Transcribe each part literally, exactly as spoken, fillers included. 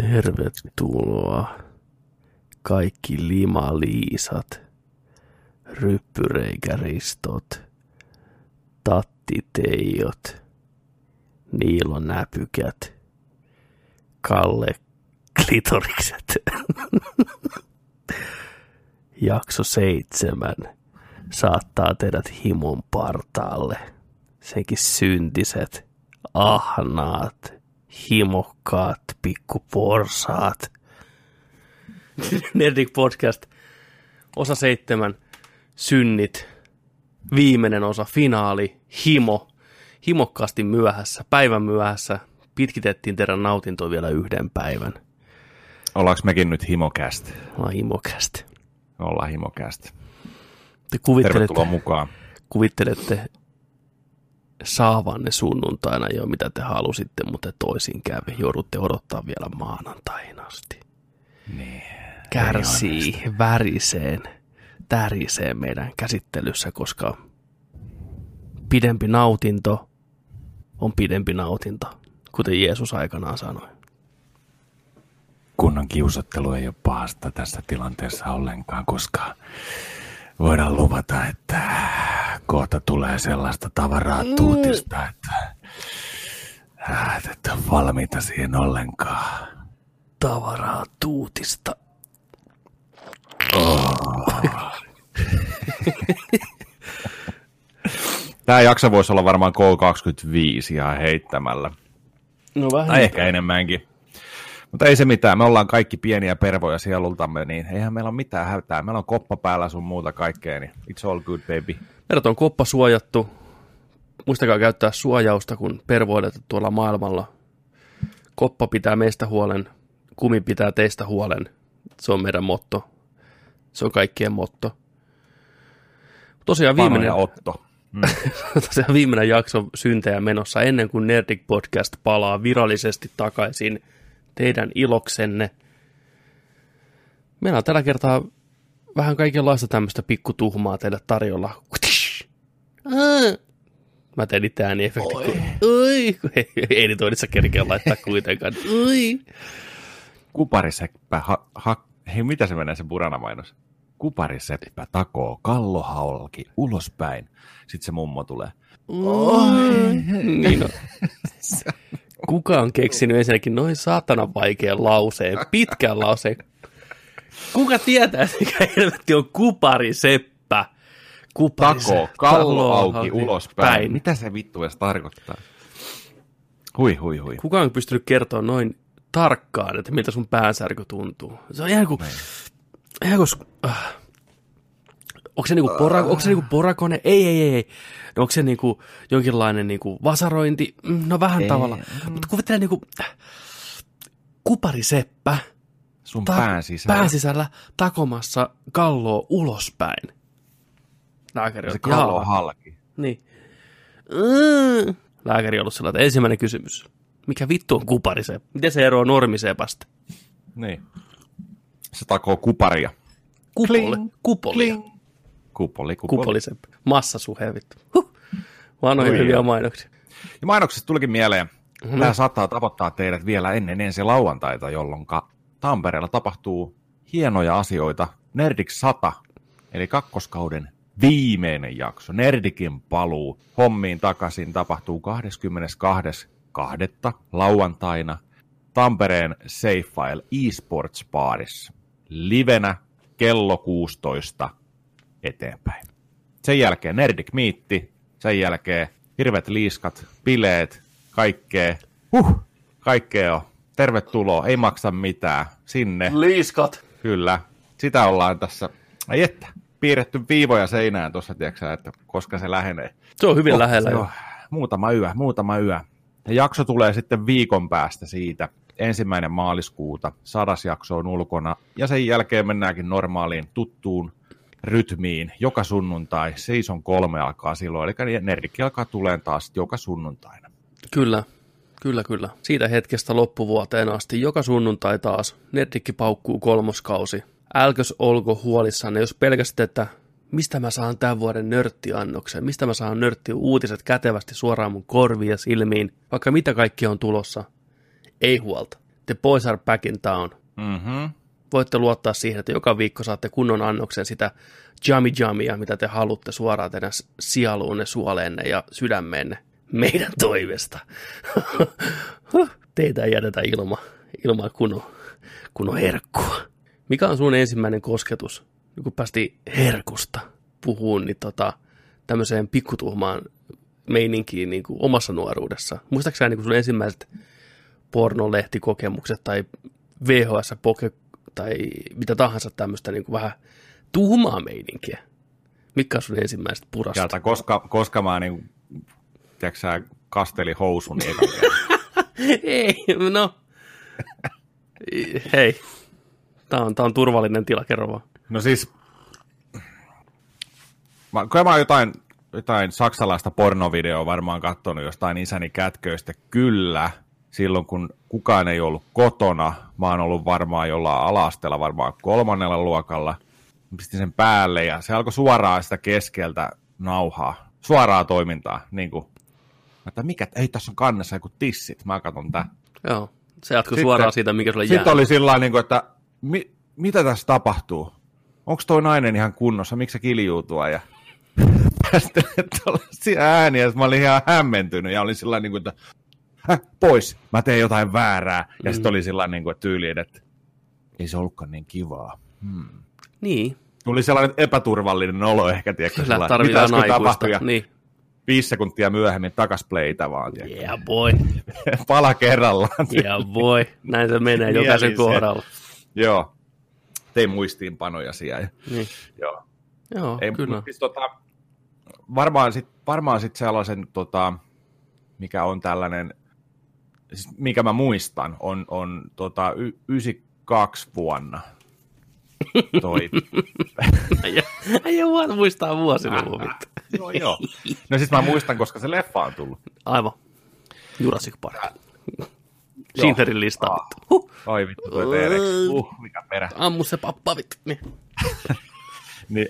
Tervetuloa kaikki limaliisat, ryppyreikäristot, tattiteijot, niilonäpykät, Kalle klitorikset. Jakso seitsemän saattaa teidät himon partaalle. Senkin syntiset, ahnaat, himokkaat, pikkuporsaat. Nerdik Podcast, osa seitsemän, synnit, viimeinen osa, finaali, himo, himokkaasti myöhässä, päivän myöhässä. Pitkitettiin teidän nautintoa vielä yhden päivän. Ollaanko mekin nyt himokäst? Ollaan himokäst. Ollaan himokäst. Te kuvittelette, tervetuloa mukaan. Kuvittelette saavanne sunnuntaina jo, mitä te halusitte, mutta toisin kävi. Joudutte odottaa vielä maanantaihin asti. Niin, kärsii, väriseen, täriseen meidän käsittelyssä, koska pidempi nautinto on pidempi nautinto, kuten Jeesus aikanaan sanoi. Kunnon kiusottelu ei ole pahasta tässä tilanteessa ollenkaan, koska voidaan luvata, että kohta tulee sellaista tavaraa tuutista, että et ole valmiita siihen ollenkaan. Tavaraa tuutista. Oh. Tämä jakso voisi olla varmaan K kaksikymmentäviisi ihan heittämällä. No vähän. Tai ehkä enemmänkin. Mutta ei se mitään, me ollaan kaikki pieniä pervoja sielultamme, niin eihän meillä ole mitään hätää. Meillä on koppa päällä sun muuta kaikkea, niin it's all good, baby. Meidät on koppa suojattu. Muistakaa käyttää suojausta, kun pervoilette tuolla maailmalla. Koppa pitää meistä huolen, kumi pitää teistä huolen. Se on meidän motto. Se on kaikkien motto. Tosiaan viimeinen, Otto. Mm. tosiaan viimeinen jakso syntejä menossa ennen kuin Nerdik Podcast palaa virallisesti takaisin teidän iloksenne. Meillä on tällä kertaa vähän kaikenlaista tämmöistä pikkutuhmaa teille tarjolla. Mä tein itse ääniefekti. Oi. Ei editoinnissa kerkeä laittaa kuitenkaan. Oi. Kupariseppä, ha, ha, hei mitä se menee se Burana-mainos? Kupariseppä takoo kallohalki ulospäin. Sitten se mummo tulee. Oi. Niin on. Kuka on keksinyt ensinnäkin noin saatanan vaikean lauseen, pitkän lauseen? Kuka tietää, mikä helvetti on kupariseppä? Takoo, kallo auki, ulospäin. Päin. Mitä se vittu edes tarkoittaa? Hui, hui, hui. Kuka on pystynyt kertoa noin tarkkaan, että miltä sun päänsärky tuntuu? Se on ihan kuin... Ihan kuin äh, onko se niinku, pora, onko se niinku porakone? Ei, ei, ei. ei. No, onko se niinku jonkinlainen niinku vasarointi? No vähän ei, tavalla. Mm. Mutta kuvittelen niinku kupariseppä. Sun ta- pään sisällä. Pään sisällä takomassa kalloa ulospäin. Lääkäri on, se kallo on halki. Niin. Mm. Lääkäri on ollut sellainen, ensimmäinen kysymys. Mikä vittu on kupariseppä? Miten se eroaa normisepästä? Niin. Se takoo kuparia. Kupoli. Kupoli. Kupoli, kupoli. Kupoliseppä. Massasuhe vittu. Huh. Vanhoja hyviä mainoksia. Ja mainoksesta tulikin mieleen. Mm-hmm. Tämä saattaa tavoittaa teidät vielä ennen ensi lauantaita, jolloin Tampereella tapahtuu hienoja asioita. Nerdik sata, eli kakkoskauden viimeinen jakso. Nerdikin paluu hommiin takaisin tapahtuu kahdeskymmenestoinen toinen lauantaina Tampereen Safefile eSports Barissa. Livenä kello kuusitoista eteenpäin. Sen jälkeen Nerdik Miitti, sen jälkeen hirveät liiskat, bileet, kaikkea. Huh, kaikkea on. Tervetuloa, ei maksa mitään. Sinne. Liiskat. Kyllä. Sitä ollaan tässä, ai että, piirretty viivoja seinään tuossa, tiedätkö, että koska se lähenee. Se on hyvin oh, lähellä jo. Muutama yö, muutama yö. Ja jakso tulee sitten viikon päästä siitä. Ensimmäinen maaliskuuta, sadas jakso on ulkona, ja sen jälkeen mennäänkin normaaliin tuttuun rytmiin. Joka sunnuntai, season kolme alkaa silloin, eli Nerdikki alkaa tulemaan taas joka sunnuntaina. Kyllä, kyllä, kyllä. Siitä hetkestä loppuvuoteen asti, joka sunnuntai taas, Nerdikki paukkuu kolmoskausi. Älkös olko huolissanne, jos pelkästään, että mistä mä saan tämän vuoden nörttiannoksen, mistä mä saan nörttiuutiset kätevästi suoraan mun korviin ja silmiin, vaikka mitä kaikki on tulossa. Ei huolta. The boys are back in town. Mm-hmm. Voitte luottaa siihen, että joka viikko saatte kunnon annoksen sitä jammy jammia, mitä te haluatte suoraan teidän sieluunne, suoleenne ja sydämeenne meidän toivesta. Teitä ei jätetä ilman, ilman kunnon, kunnon herkkua. Mikä on sun ensimmäinen kosketus, kun päästiin herkusta puhuun, niin tota, tämmöiseen pikkutuhmaan meininkiin niin kuin omassa nuoruudessa? Muistaakseni sä niin kuin sun ensimmäiset pornolehtikokemukset tai V H S-poke tai mitä tahansa tämmöistä niin kuin vähän tuhmaa meininkiä? Mitkä on sun ensimmäiset purasta? Sieltä, koska, koska mä niin, tiedätkö sä, kastelin housuni eka Ei, no. Hei. Tää on, tää on turvallinen tila, kerro vaan. No siis, mä, kyllä mä oon jotain, jotain saksalaista pornovideoa varmaan katsonut jostain isäni kätköistä. Kyllä, silloin kun kukaan ei ollut kotona, mä oon ollut varmaan jollain ala-asteella, varmaan kolmannella luokalla. Pistin sen päälle ja se alkoi suoraan sitä keskeltä nauhaa. Suoraa toimintaa, niin kuin. Että mikä, ei tässä on kannessa joku tissit, mä katson tää. Joo, se jatkoi suoraan siitä, mikä sulle jää. Sitten oli sillä niin kuin, että mi, mitä tässä tapahtuu? Onko toi nainen ihan kunnossa? Miksi se kiljuu tuo? Ja sitten tällaisia ääniä, että mä olin ihan hämmentynyt ja olin sillä niin kuin, että Häh, pois, mä teen jotain väärää. Ja mm. sitten oli sillä niin kuin, että tyyliin, että ei se ollutkaan niin kivaa. Hmm. Niin. Tuli sellainen epäturvallinen olo ehkä, tiedätkö? Kyllä, tarvitaan aikuista. Niin. Viisi sekuntia myöhemmin takas playtä vaan. Tiedätkö? Yeah boy. Pala kerrallaan. Yeah boy. Näin se menee jokaisen kohdalla. Joo. Tein muistiinpanoja siellä. Niin. Joo. Joo, Ei, kyllä. Siis, tota, varmaan sitten varmaan sit sellaisen, tota, mikä on tällainen, siis mikä mä muistan, on, on tota, y- yhdeksänkymmentäkaksi vuonna. Toi. Ei ole muistaa vuosiluvut. Joo, joo. No siis mä muistan, koska se leffa on tullut. Aivan. Jurassic Park. Schindlerin lista. Ah. Huh. Oi vittu, toi T Rex. Uh, mikä perä. Ammu se pappa vittu. Niin. niin,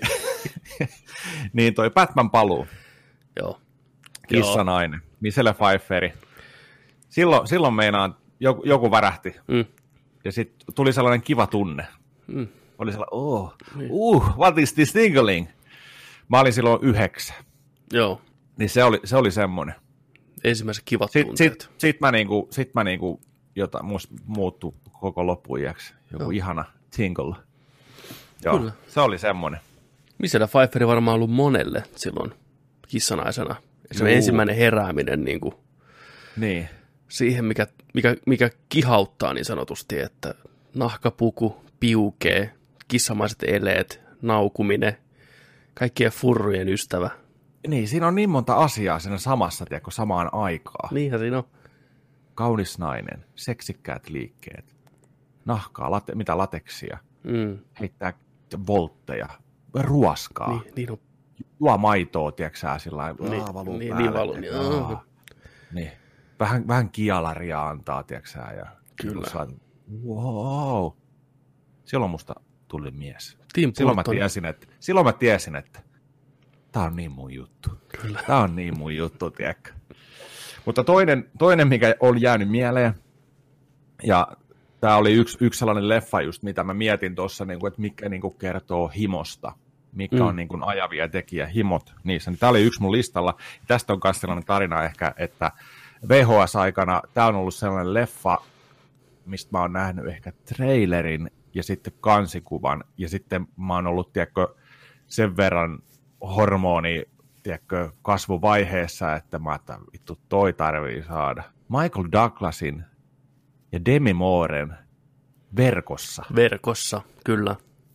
niin toi Batman paluu. Joo. Kissanainen. Michelle Pfeifferi. Silloin, silloin meinaan joku, joku värähti. Mm. Ja sitten tuli sellainen kiva tunne. Mm. Oli sellainen, oh, niin. uh, what is this tingling? Mä olin silloin yhdeksän. Joo. Niin se oli, se oli semmoinen. Ensimmäiset kivat sit, tunteet. Sitten sit mä niinku, sit mä niinku jota, musta muuttui koko loppuiäksi. Joku Joo. ihana tingle. Joo, Kyllä. se oli semmoinen. Michelle Pfeifferi varmaan ollut monelle silloin kissanaisena. Se ensimmäinen herääminen niin kuin niin. siihen, mikä, mikä, mikä kihauttaa niin sanotusti, että nahkapuku, piukee, kissamaiset eleet, naukuminen, kaikkien furrujen ystävä. Niin, siinä on niin monta asiaa siinä samassa, tiedätkö, samaan aikaan. Niinhän siinä on. Kaunis nainen, seksikkäät liikkeet, nahkaa, late, mitä lateksia, mm. heittää voltteja, ruoskaa, niin, niin on. Juo maitoa, tiedätkö sä, sillä lailla, niin, valuu niin, päälle. Niin, valuu, niin, oh. niin. Vähän, vähän kialaria antaa, tiedätkö sä, ja Kyllä. Saat, wow. Silloin musta tuli mies. Tim silloin mä, tiesin, että, silloin mä tiesin, että tää on niin mun juttu. Kyllä. Tää on niin mun juttu, tiedätkö. Mutta toinen, toinen, mikä oli jäänyt mieleen, ja tää oli yksi, yksi sellainen leffa just, mitä mä mietin tuossa, niin että mikä niin kuin kertoo himosta, mikä mm. on niin kuin ajavia tekijä, himot niissä. Niin tää oli yksi mun listalla. Tästä on myös sellainen tarina ehkä, että V H S-aikana tää on ollut sellainen leffa, mistä mä oon nähnyt ehkä trailerin ja sitten kansikuvan, ja sitten mä oon ollut, tiedätkö, sen verran hormoni, tiedätkö, kasvuvaiheessa, että mä että vittu toi tarvii saada. Michael Douglasin ja Demi Mooren Verkossa. Verkossa, kyllä.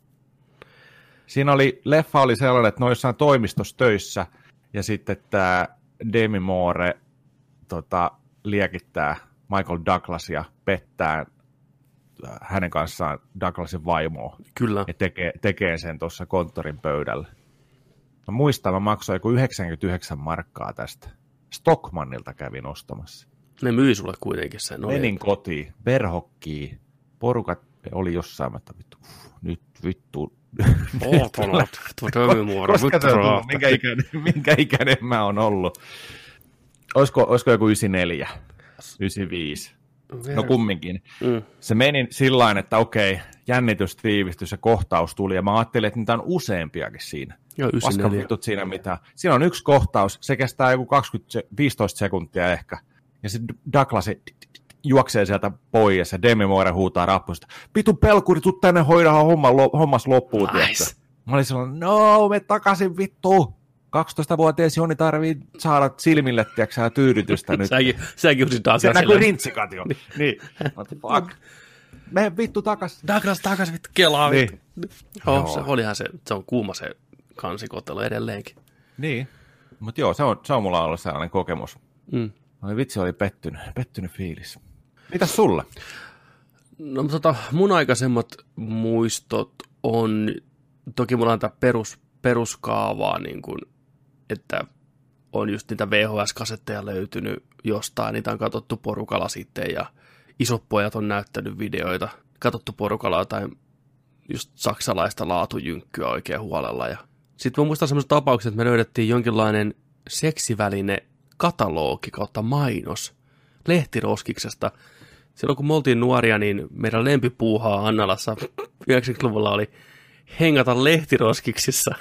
Siinä oli, leffa oli sellainen, että ne on jossain toimistossa töissä, ja sitten tämä Demi Moore tota, liekittää Michael Douglasia, pettää hänen kanssaan Douglasin vaimoa. Kyllä. Ja tekee, tekee sen tuossa konttorin pöydällä. Mä muistan, mä maksoin joku yhdeksänkymmentäyhdeksän markkaa tästä. Stockmannilta kävin ostamassa. Ne myi sulle kuitenkin sen. Menin kotiin, verhokkiin, porukat oli jossain, mä että vittu, uff, nyt vittu. Koska se on tullut, minkä ikäinen, minkä ikäinen mä oon ollut. Olisiko, olisiko joku yhdeksänkymmentäneljä, yhdeksänkymmentäviisi? Ver... No kumminkin. Mm. Se meni sillain, että okei, jännitys tiivistys ja kohtaus tuli, ja mä ajattelin, että niitä on useampiakin siinä. Joo, Paskavitut siinä mitä. Siinä on yksi kohtaus, se kestää joku kaksikymmentä viisitoista sekuntia ehkä, ja sitten Douglas juoksee sieltä pois, ja Demi Moore huutaa rappusta, pitu pelkuri, tuu tänne hoidahan homma, lo, hommas loppuun. Nice. Mä olin sellainen, no, me takaisin vittu. kaksitoistavuotias Joni tarvii saada silmille, tiiäksä, tyydytystä nyt. Säkin, säkin usit Douglasille. Se näkyy rintsikat jo. Niin. Fuck. Mene vittu takas. Douglas takas vittu, kelaa niin. vittu. Oh, se olihan se, se on kuuma se kansikotelo edelleenkin. Niin, mutta joo, se on, se on mulla ollut sellainen kokemus. Mm. Oli vitsi, oli pettynyt, pettynyt fiilis. Mitäs sulle? No tota, mun aikaisemmat muistot on, toki mulla on tää perus, peruskaavaa, niin kun, että on just niitä V H S-kasetteja löytynyt jostain, niitä on katsottu porukalla sitten, ja isot pojat on näyttänyt videoita, katsottu porukalla jotain just saksalaista laatujynkkyä oikein huolella, ja sitten mä muistan semmoisen tapauksen, että me löydettiin jonkinlainen seksiväline katalogi kautta mainos lehtiroskiksesta. Silloin kun me oltiin nuoria, niin meidän lempipuuhaa Annalassa yhdeksänkymmentäluvulla oli hengata lehtiroskiksissa.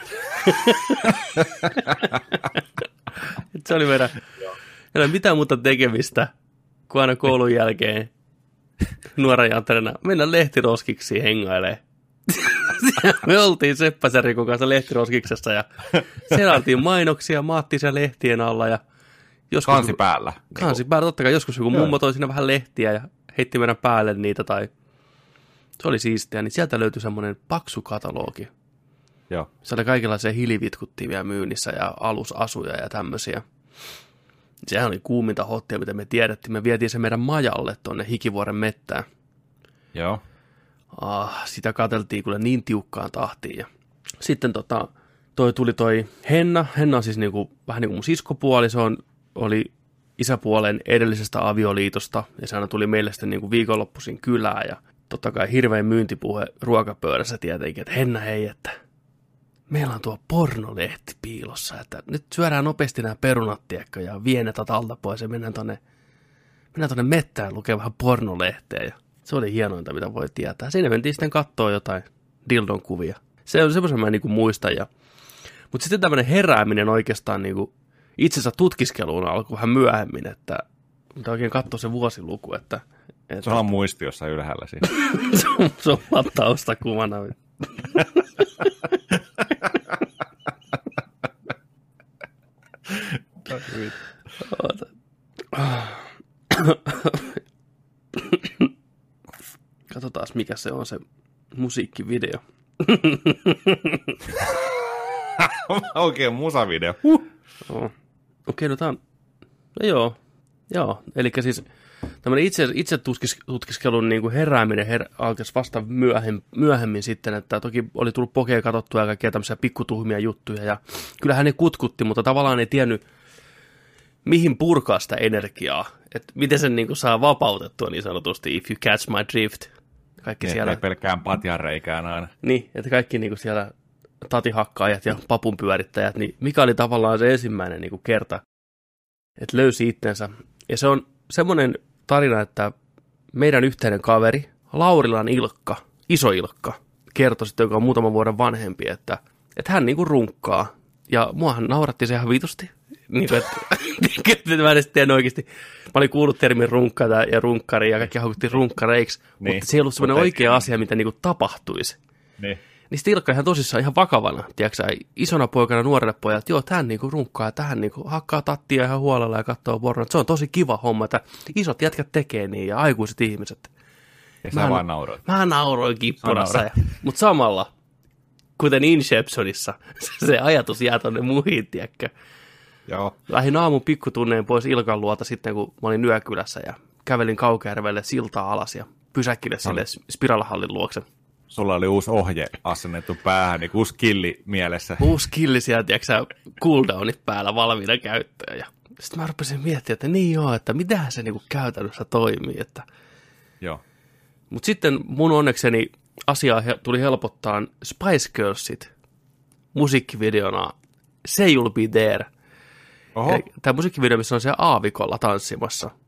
Se oli meidän, ei ole mitään muuta tekemistä, kuin aina koulun jälkeen nuoren jantterena mennä lehtiroskiksiin hengailemaan. Me oltiin Seppäsärikon kanssa lehtiroskiksessa ja siellä oltiin mainoksia maattisia lehtien alla. Ja joskus, kansi päällä. Kansi päällä, totta kai joskus joku mummo toi siinä vähän lehtiä ja heitti meidän päälle niitä tai se oli siistiä, niin sieltä löytyi semmoinen paksu katalogi. Joo. Se oli kaikenlaisia hilivitkuttimia myynnissä ja alusasuja ja tämmöisiä. Sehän oli kuuminta hottia, mitä me tiedettiin. Me vietiin se meidän majalle tuonne Hikivuoren mettään. Joo. Ah, sitä katseltiin kyllä niin tiukkaan tahtiin. Ja sitten tota, toi tuli toi Henna. Henna on siis niinku, vähän niin kuin mun siskopuoli. Se on, oli isäpuolen edellisestä avioliitosta. Ja se aina tuli meille sitten niinku viikonloppuisin kylään. Ja totta kai hirveän myyntipuhe ruokapöydässä tietenkin, että Henna hei, että meillä on tuo pornolehti piilossa. Että nyt syödään nopeasti nämä perunat, tiekkä, ja vienetä alta pois ja mennään tonne, mennään tonne mettään lukemaan vähän pornolehteä. Ja se oli hienointa, mitä voi tietää. Siinä mentiin sitten katsoa jotain dildon kuvia. Se on semmoisen mä en niin kuin muistan. Ja... Mutta sitten tämmöinen herääminen oikeastaan niin kuin itsensä tutkiskeluun alkoi vähän myöhemmin, että mitä oikein katsoi se vuosiluku. Että, että... Se on muisti jossain ylhäällä siinä. se on, se on taustakuvana. Katsotaan, mikä se on se musiikkivideo. Oikein musavideo. Huh. Oh. Okei, okay, no tää on... No joo, joo. Eli siis tämmöinen itse, itse tutkis, tutkiskelun niin kuin herääminen her, alkaisi vasta myöhemmin, myöhemmin sitten, että toki oli tullut pokea katsottua ja kaikkia tämmöisiä pikkutuhmia juttuja, ja kyllähän ne kutkutti, mutta tavallaan ei tiennyt, mihin purkaa sitä energiaa, että miten sen niin kuin saa vapautettua niin sanotusti, if you catch my drift. Kaikki niin, siellä... ei pelkään patjanreikään aina. Niin, että kaikki niin kuin siellä tatihakkaajat ja papunpyörittäjät, niin mikä oli tavallaan se ensimmäinen niin kuin kerta, että löysi itsensä. Ja se on semmoinen tarina, että meidän yhteinen kaveri, Laurilan Ilkka, iso Ilkka, kertoi sitten, joka on muutaman vuoden vanhempi, että, että hän niinku runkkaa. Ja muahan nauratti se ihan vitusti. Niin kuin, että mä en edes tiedä oikeasti. Mä olin kuullut termin runkkata ja runkkari ja kaikki haukuttiin runkkareiksi, niin, mutta se ei ollut semmoinen oikea asia, mitä niinku tapahtuisi. Niin. Niin sitten Ilkka ihan tosissaan ihan vakavana, tiedätkö, isona poikana nuorelle pojalle, että joo, tähän niinku runkkaa ja tähän niinku hakkaa tattia ihan huolella ja katsoo pornoa. Se on tosi kiva homma, että isot jätkät tekee niin ja aikuiset ihmiset. Ja sä vaan nauroit. Mä nauroin kippurassa, mutta samalla, kuten Inceptionissa, se ajatus jää tonne muihin, tiedätkö. Joo. Lähdin aamun pikkutunneen pois Ilkan luota sitten, kun mä olin Yökylässä ja kävelin Kaukajärvelle siltaa alas ja pysäkkille sille Spiralhallin luokse. Sulla oli uusi ohje asennettu päähän, niin uusi killi mielessä. Uusi killi sieltä, tiedätkö cooldownit päällä valmiina käyttöön. Ja sitten mä rupesin miettimään, että niin joo, että mitähän se niinku käytännössä toimii. Että... Joo. Mutta sitten mun onnekseni asiaa tuli helpottaa Spice Girlsit musiikkivideona Say You'll Be There. Tämä musiikkivideo, missä on siellä aavikolla tanssimassa.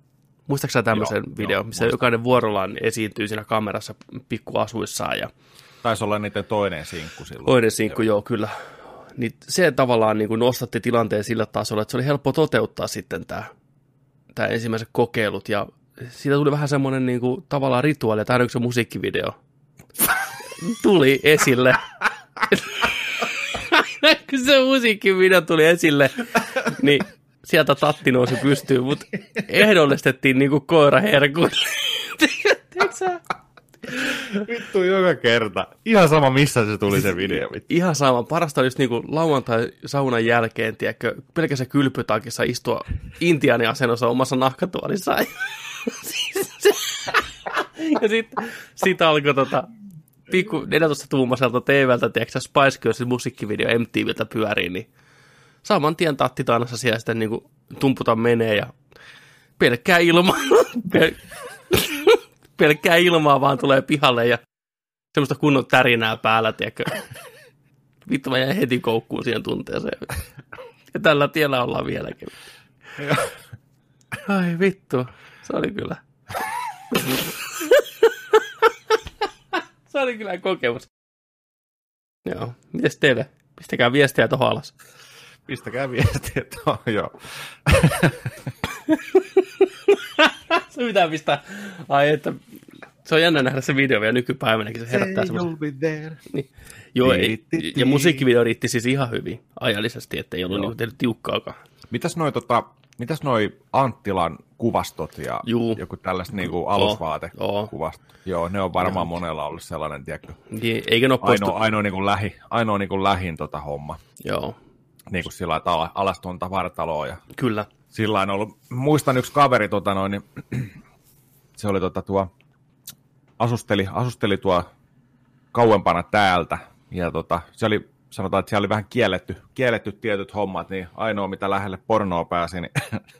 Muistaaksä tämmöisen Joo, video, joo, missä muistan. jokainen vuorollaan esiintyy siinä kamerassa pikkuasuissaan ja Taisi olla niiden toinen sinkku silloin. toinen sinkku, joo, joo kyllä. Niin se tavallaan niin kuin nostatti tilanteen sillä tasolla, että se oli helppo toteuttaa sitten tämä, tämä ensimmäiset kokeilut ja siitä tuli vähän semmoinen niin kuin, tavallaan rituaali, että aina kun se musiikkivideo tuli esille, kun se musiikkivideo tuli esille, niin sieltä tatti nousi pystyyn, mutta ehdollistettiin niin kuin koira herkuille. Tiedätkö sä? Vittu joka kerta. Ihan sama, missä se tuli se video. Vittu. Ihan sama. Parasta oli just niinku lauantai-saunan jälkeen, tiedätkö, pelkässä kylpytakissa istua intiaaniasennossa omassa nahkatuolissaan. Ja sitten sit alkoi tota, pikku neljätoista-tuumaiselta T V:ltä, tiedätkö, Spice Girlsin musiikkivideo M T V:ltä pyörii, niin saman tien tattitaanassa siellä sitten niinku tumputa menee ja pelkkää ilmaa. Pel- pelkkää ilmaa vaan tulee pihalle ja semmoista kunnon tärinää päällä, tiedätkö. Vittu, mä jäin heti koukkuun siihen tunteeseen. Ja tällä tiellä ollaan vieläkin. Ai vittu, se oli kyllä. Se oli kyllä kokemus. Joo, mites teille? Pistäkää viestiä tuohon alas. Pistäkää viestiä tuohon, joo. Se pitää pistää. Ai, että se on jännä nähdä se video vielä nykypäivänäkin, se herättää semmoisen. Niin. Joo, ei, ja musiikkivideo riitti siis ihan hyvin ajallisesti, että ei ollut niinku tehnyt tiukkaakaan. Mitäs noi, tota, mitäs noi Anttilan kuvastot ja Juu. joku tällaiset niinku alusvaatekuvastot? Oh. Joo, ne on varmaan Joo. monella ollut sellainen, tiedätkö, niin, eikä ne ole postu... ainoa, ainoa, niinku lähi, ainoa niinku lähin tota homma. Joo. Niin kuin sillä lailla, että alas tuonta vartaloa. Ja kyllä. Sillä on ollut, muistan yksi kaveri, tota noin, niin, se oli tota tuo, asusteli, asusteli tuo kauempana täältä, ja tota, se oli, sanotaan, että siellä oli vähän kielletty, kielletty tietyt hommat, niin ainoa, mitä lähelle pornoa pääsi, niin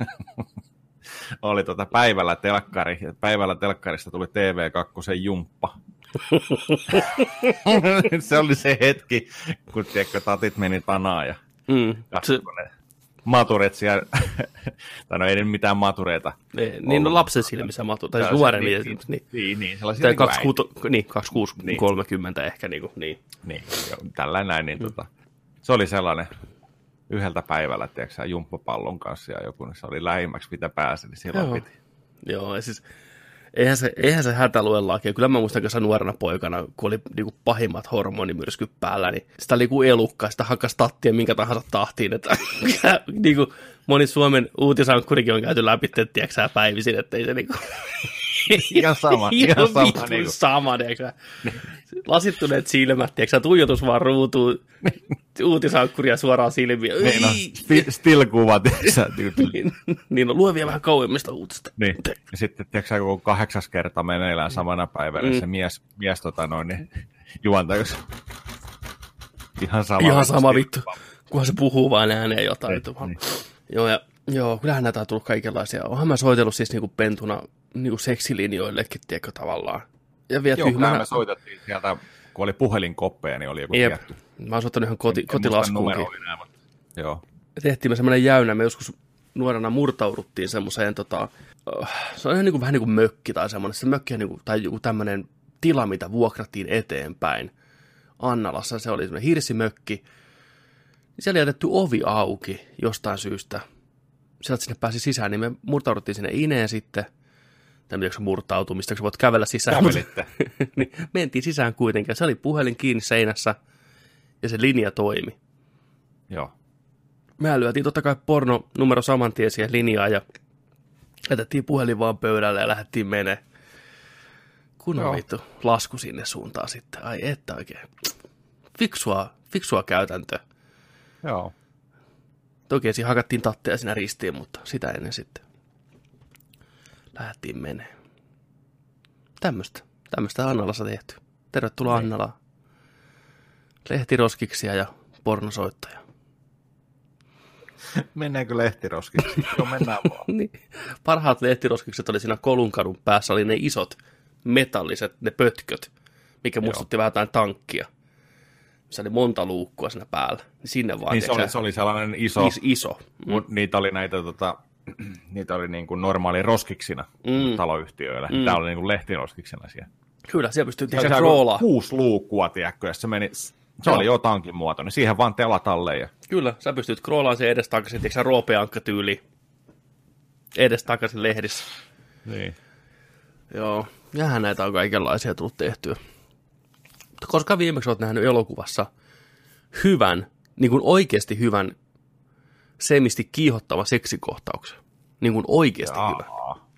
oli tota päivällä telkkari, ja päivällä telkkarista tuli T V kaksi jumppa. Se oli se hetki, kun tiedätkö, tatit meni tanaan, ja mm, se... matureet siellä, tai no ei ne mitään matureita. Ei, niin no lapsen silmissä matu, tai nuoren niin, silmissä. Niin, niin, niin sellaisia niin kaksikymmentä niin, kolmekymmentä niin. Ehkä. Niin, niin. niin jo, tällä näin, niin mm. tota, se oli sellainen yhdeltä päivällä, tiedätkö, jumppapallon kanssa ja joku, niin se oli lähimmäksi, mitä pääsi, niin silloin Joo. piti. Joo, ja siis eihän se, eihän se hätä lue lakia. Kyllä mä muistan, kun sä nuorena poikana, kun oli niinku pahimmat hormonimyrskyt päällä, niin sitä oli kuin elukka, sitä hakkas tattia minkä tahansa tahtiin. Että, niinku, moni Suomen uutisankkurikin on käyty läpi, tiedätkö sä päivisin, että ei se niinku... Ihan sama, ihan sama. Niinku. sama, tiedätkö lasittuneet silmät, tiedätkö tuijotus vaan ruutuun, uutisankkuria suoraan silmiä. Niin no, still-kuva, tiedätkö niin, niin no, lue vielä vähän kauemmista uutista. Niin, ja sitten tiedätkö kun kahdeksas kerta meneillään samana päivänä, mm. se mies, mies tota noin, niin juontajuus. Ihan sama. Ihan sama vittu, kunhan se puhuu vaan ääneen jotain. Niin, niin. Joo, ja joo, kyllähän näitä on tullut kaikenlaisia. Onhan mä soitellut siis niinku pentuna niinku seksilinjoillekin, tiedätkö, tavallaan. Ja vielä joo, tyhmänä... me soitettiin sieltä, kun oli puhelinkoppeja, niin oli joku Jep. tietty. Mä oon soittanut ihan koti, kotilaskuunkin. Enää, mutta... Joo. Tehtiin me semmoinen jäynä, me joskus nuorena murtauduttiin semmoiseen, tota, uh, se on ihan niin kuin, vähän niin kuin mökki tai semmoinen, se mökki niin kuin, tai joku tämmöinen tila, mitä vuokrattiin eteenpäin. Annalassa se oli semmoinen hirsimökki. Siellä oli jätetty ovi auki jostain syystä. Sieltä sinne pääsi sisään, niin me murtauduttiin sinne ineen sitten. Tai miten se murtautuu, mistä sä voit kävellä sisään. Niin, mentiin sisään kuitenkin. Se oli puhelin kiinni seinässä ja se linja toimi. Joo. Mehän lyötiin totta kai porno numero saman tien siihen linjaan ja jätettiin puhelin vaan pöydälle ja lähdettiin menee. Kunnon vittu lasku sinne suuntaan sitten. Ai että oikein. Fiksua, fiksua käytäntö. Joo. Toki siinä hakattiin tatteja siinä ristiin, mutta sitä ennen sitten lähdettiin menee. Tämmöistä. Tämmöistä Annalassa tehty. Tervetuloa niin. Annalaan. Lehtiroskiksia ja pornosoittajia. Mennäänkö lehtiroskiksi? Joo, mennään vaan. Niin. Parhaat lehtiroskikset oli siinä Kolunkadun päässä, oli ne isot metalliset, ne pötköt, mikä muistutti Joo. vähän jotain tankkia. Se oli monta luukkua siinä päällä. Sinne vaan. Niin se oli, se oli sellainen iso. Is, iso. Mm. Niitä oli näitä tota, niitä oli niin kuin normaali roskiksina mm. taloyhtiöillä. Mm. Tämä oli niin kuin lehtiroskiksina siellä. Kyllä, siellä pystyy tehdä scrollaa. Kuusi luukkua, tiedätkö, ja se meni, se no. oli jotakin muoto, niin siihen vaan telat alle. Ja... Kyllä, sä pystyt scrollaan sen edestakaisin, tiedätkö sä roopeankka-tyyli edestakaisin lehdissä. Niin. Joo, jähän näitä on kaikenlaisia tullut tehtyä. Mutta koska viimeksi olet nähnyt elokuvassa hyvän, niin kuin oikeasti hyvän, semisti kiihottava seksikohtauksen. Niin kuin oikeasti Jaa. hyvä.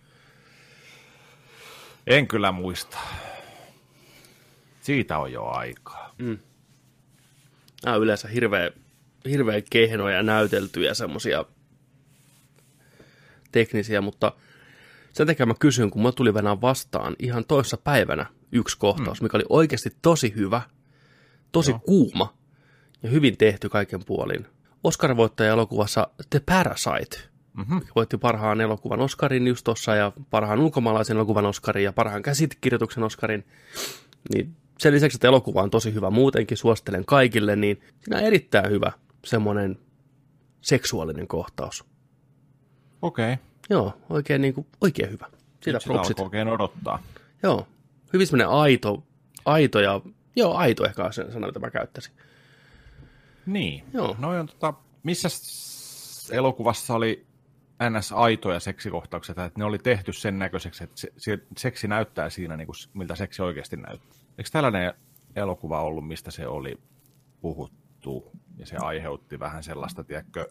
En kyllä muista. Siitä on jo aikaa. Mm. Nämä on yleensä hirveän, hirveän kehnoja näyteltyjä semmoisia teknisiä, mutta sen takia mä kysyn, kun mä tuli venään vastaan ihan toissa päivänä yksi kohtaus, mm. mikä oli oikeasti tosi hyvä, tosi no. kuuma ja hyvin tehty kaiken puolin. Oscar-voittaja elokuvassa The Parasite. Mm-hmm. Voitti parhaan elokuvan Oscarin just tossa ja parhaan ulkomaalaisen elokuvan Oscarin ja parhaan käsikirjoituksen Oscarin. Niin sen lisäksi, että elokuva on tosi hyvä muutenkin, suosittelen kaikille, niin siinä on erittäin hyvä semmoinen seksuaalinen kohtaus. Okei. Okay. Joo, oikein, niin kuin, oikein hyvä. Sitä propsit. Oikein odottaa. Joo, hyvin semmoinen aito, aito ja, joo, aito ehkä on se sana, mitä mä käyttäisin. Niin, joo. No on tota, missä elokuvassa oli ns. Aitoja seksikohtauksia, että ne oli tehty sen näköiseksi, että se, se, seksi näyttää siinä, niin kuin, miltä seksi oikeasti näyttää. Eikö tällainen elokuva ollut, mistä se oli puhuttu, ja se aiheutti vähän sellaista, tiedätkö,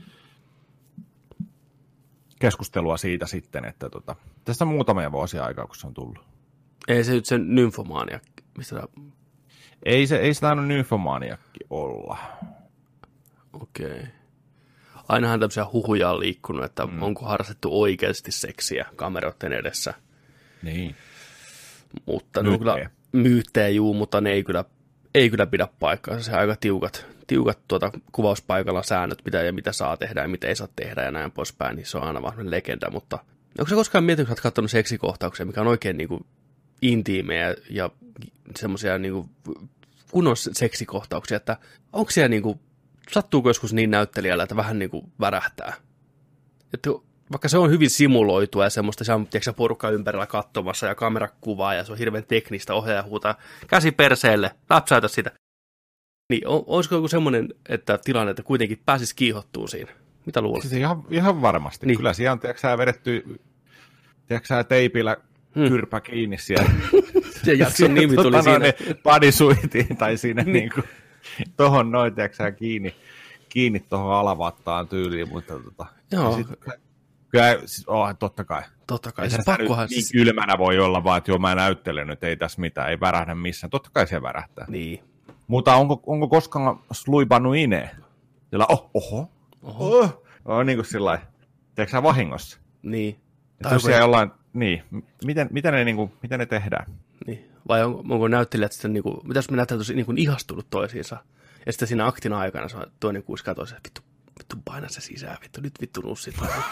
keskustelua siitä sitten, että tota, tästä on muutamia vuosia aikaa, kun se on tullut. Ei se nyt sen nymfomaaniakki, mistä sä... Ei se, ei se tainnut nymfomaaniakki olla. Okei. Okay. Ainahan tämmöisiä huhuja on liikkunut, että mm. onko harrastettu oikeasti seksiä kameroiden edessä. Niin. Mutta ne on kyllä myyttejä juu, mutta ne ei kyllä, ei kyllä pidä paikkaa. Se on aika tiukat, tiukat tuota, kuvauspaikalla säännöt, mitä ja mitä saa tehdä ja mitä ei saa tehdä ja näin poispäin, niin se on aina vaan legenda. Mutta onko sä koskaan miettinyt, kun olet katsonut seksikohtauksia, mikä on oikein niin kuin intiimejä ja semmoisia niin kuin kunnon seksikohtauksia, että onko siellä niin kuin, sattuuko joskus niin näyttelijällä, että vähän niin kuin värähtää? Että vaikka se on hyvin simuloitua ja semmoista, se on tiedätkö, porukka ympärillä katsomassa ja kamera kuvaa ja se on hirveän teknistä, ohjaaja huutaa käsi perseelle, läpsäytä sitä. Niin on, olisiko joku semmoinen että tilanne, että kuitenkin pääsisi kiihottumaan siinä? Mitä luulet? Siis ihan, ihan varmasti. Niin. Kyllä siellä on, tiedätkö sä, vedetty tiedätkö sä, teipillä hmm. kyrpä kiinni siellä. Se jakson nimi tuli siinä. Bodysuitiin tai siinä niin. niin kuin, tohon noin, tiedätkö sä, kiinni, kiinni tohon alavattaan tyyliin, mutta tota, joo. Sit, kyllä, siis, oh, totta kai. Totta kai. Se pakkohan niin kylmänä voi olla vaan, että joo, mä näyttelen nyt, ei tässä mitään, ei värähdä missään. Totta kai se värähtää. Niin. Mutta onko, onko koskaan sluipannut ineen? Sillä oh, oho, oho. Oh. Oh, niin kuin sillä lailla, tiedätkö sä vahingossa? Niin. Tai jos siellä jollain, niin, miten, miten, ne, niin kuin, miten ne tehdään? Niin. Vai on, onko näyttelijät sitten, niin kuin, mitä jos me näyttää tosi niin kuin ihastunut toisiinsa? Ja sitten siinä aktin aikana se on toinen kuusi katoi se, vittu, vittu paina se sisään, vittu, nyt vittu nussit.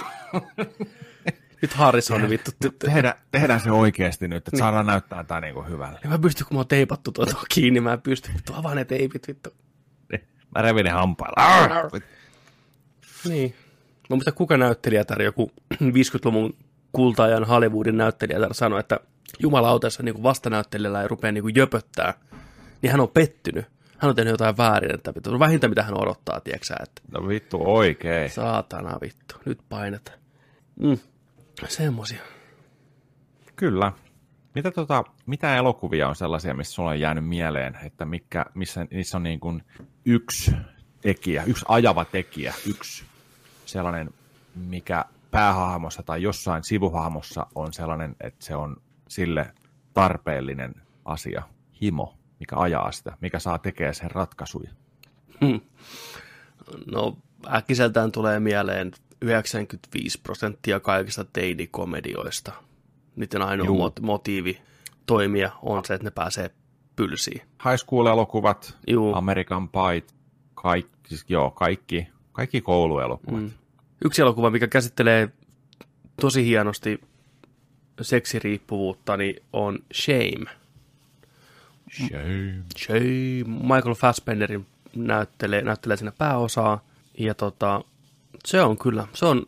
Nyt Harrison, vittu. Tehdään, tehdään se oikeasti nyt, että niin. Saadaan näyttää tämä niin kuin hyvälle. Ja mä pystyn, kun mä oon teipattu tuota kiinni, mä en pysty, vittu, avaa ne teipit, vittu. Mä revin ne hampailla. Niin. Mä muistan, kuka näyttelijätär, joku viisikymmentäluvun kulta-ajan Hollywoodin näyttelijätär sanoi, että jumalauta, jos niin vastanäyttelijällä ei rupea niin jöpöttää, niin hän on pettynyt. Hän on tehnyt jotain väärin, että vittu, vähintä mitä hän odottaa, tiedätkö että... No vittu, oikein. Saatana vittu, nyt painetaan. Mm. Semmosia. Kyllä. Mitä, tota, mitä elokuvia on sellaisia, missä sulla on jäänyt mieleen, että mikä, missä niissä on niin kuin yksi tekijä, yksi ajava tekijä, yksi sellainen, mikä päähahmossa tai jossain sivuhahmossa on sellainen, että se on sille tarpeellinen asia, himo, mikä ajaa sitä, mikä saa tekemään sen ratkaisuja? Hmm. No äkkiseltään tulee mieleen yhdeksänkymmentäviisi prosenttia kaikista teinikomedioista. Niiden ainoa mot- motiivi toimia on se, että ne pääsee pylsiin. High School-elokuvat, Juu. American Pie, kaikki, siis joo, kaikki, kaikki kouluelokuvat. Mm. Yksi elokuva, mikä käsittelee tosi hienosti seksiriippuvuutta, niin on Shame. Shame. Shame. Michael Fassbenderin näyttelee, näyttelee siinä pääosaa. Ja tota, se on kyllä, se on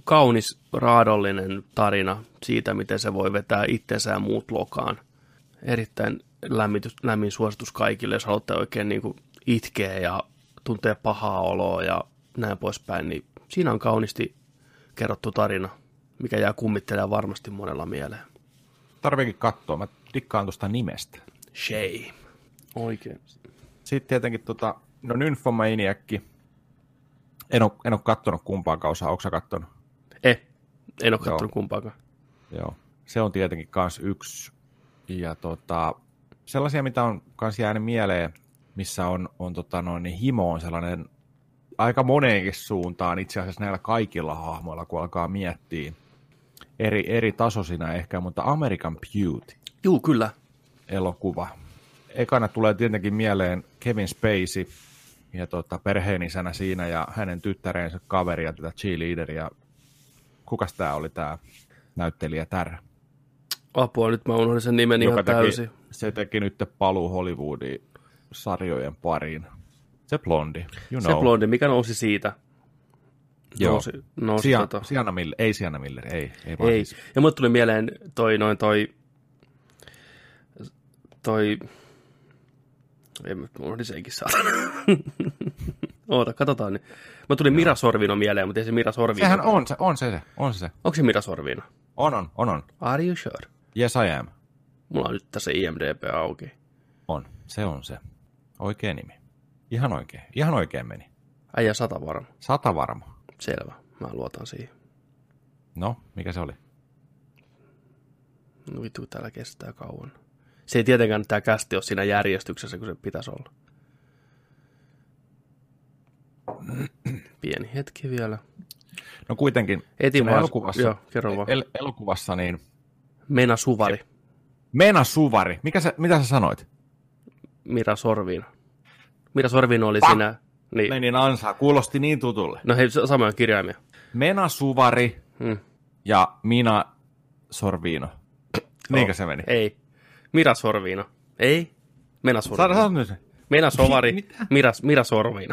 kaunis, raadollinen tarina siitä, miten se voi vetää itsensä ja muut lokaan. Erittäin lämmitys, lämmin suositus kaikille, jos haluatte oikein niin kuin itkeä ja tuntee pahaa oloa ja näin poispäin, niin siinä on kauniisti kerrottu tarina, mikä jää kummittelemaan varmasti monella mieleen. Tarviikin katsoa, mä dikkaan tuosta nimestä. Shame. Oikein. Sitten tietenkin tota, no Nymphomaniac. En ole, en ole kattonut kumpaakaan osaa, onko sä kattonut? Eh, en ole kattonut kumpaakaan. Joo, se on tietenkin kans yksi. Ja tota, sellaisia, mitä on kans jäänyt mieleen, missä on, on tota noin, niin himo on sellainen aika moneenkin suuntaan itse asiassa näillä kaikilla hahmoilla, kun alkaa miettiä eri, eri tasoisina ehkä, mutta American Beauty. Juu, kyllä. Elokuva. Ekana tulee tietenkin mieleen Kevin Spacey ja tota, perheenisänä siinä ja hänen tyttärensä kaveri ja tätä cheerleaderia. Kukas tää oli tää näyttelijä tär? Apua, nyt mä unohdin sen nimen ihan teki, täysin. Se teki nyt paluu Hollywoodin sarjojen pariin. Se blondi, you Se know. blondi, mikä nousi siitä? Joo. Nousi, nousi Sian, tota. Sienna Miller, ei Sienna Miller, ei. Ei, vaan Ei. siis. Ja mulle tuli mieleen toi, noin toi, toi, ei mä unohdin senkin saatana. Oota, katsotaan nyt. Mä tuli Mira Sorvino mieleen, mutta ei se Mira Sorvino. Sehän on se, on se, se, on se se. Onko se Mira Sorvino? On, on, on, on. Are you sure? Yes, I am. Mulla on nyt tässä I M D B auki. On, se on se. Oikea nimi. Ihan oikein, ihan oikein meni. Äijä sata varma. Sata varma. Selvä, mä luotan siihen. No, mikä se oli? No vittu, täällä kestää kauan. Se ei tietenkään tää kästi ole siinä järjestyksessä, kun se pitäisi olla. Pieni hetki vielä. No kuitenkin, Etin vaan, elokuvassa, joo, kerro vaan. El- elokuvassa niin... Mena Suvari. Mena Suvari. Mikä sä, mitä sä sanoit? Mira Sorvino. Mira Sorvino oli Pa- siinä. Niin. Menin ansaa, kuulosti niin tutulle. No hei, samoja kirjaimia. Mena Suvari Hmm. ja Mina Sorvino. Niinkö se meni? Ei. Mira Sorvino. Ei. Mena Sorvino. Sano nyt se. Mena Sovari. Mitä? Mira, Mira Sorvino.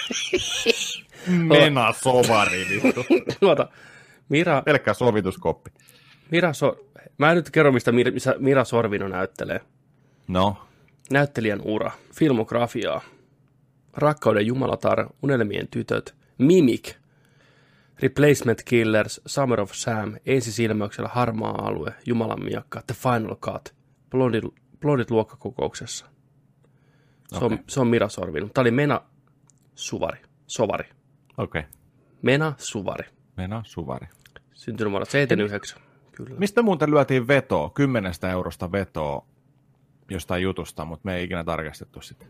Mena Sovari, vittu. Tuota, Mira, Pelkkä sovituskoppi. Mira so, Mä en nyt kerro, mistä Mir, missä Mira Sorvino näyttelee. No. Näyttelijän ura, filmografiaa, Rakkauden jumalatar, Unelmien tytöt, Mimic, Replacement Killers, Summer of Sam, Ensisilmäyksellä Harmaa alue, Jumalan miakka, The Final Cut, Blondit, Blondit luokkakokouksessa. Se, okay. on, se on Mira Sorvino. Tämä oli Mena Suvari. Sovari. Okei. Okay. Mena Suvari. Mena Suvari. Syntynyt vuonna seitsemänkymmentäyhdeksän. Kyllä. Mistä muuten lyötiin vetoa, kymmenestä eurosta vetoa jostain jutusta, mutta me ei ikinä tarkastettu sitä.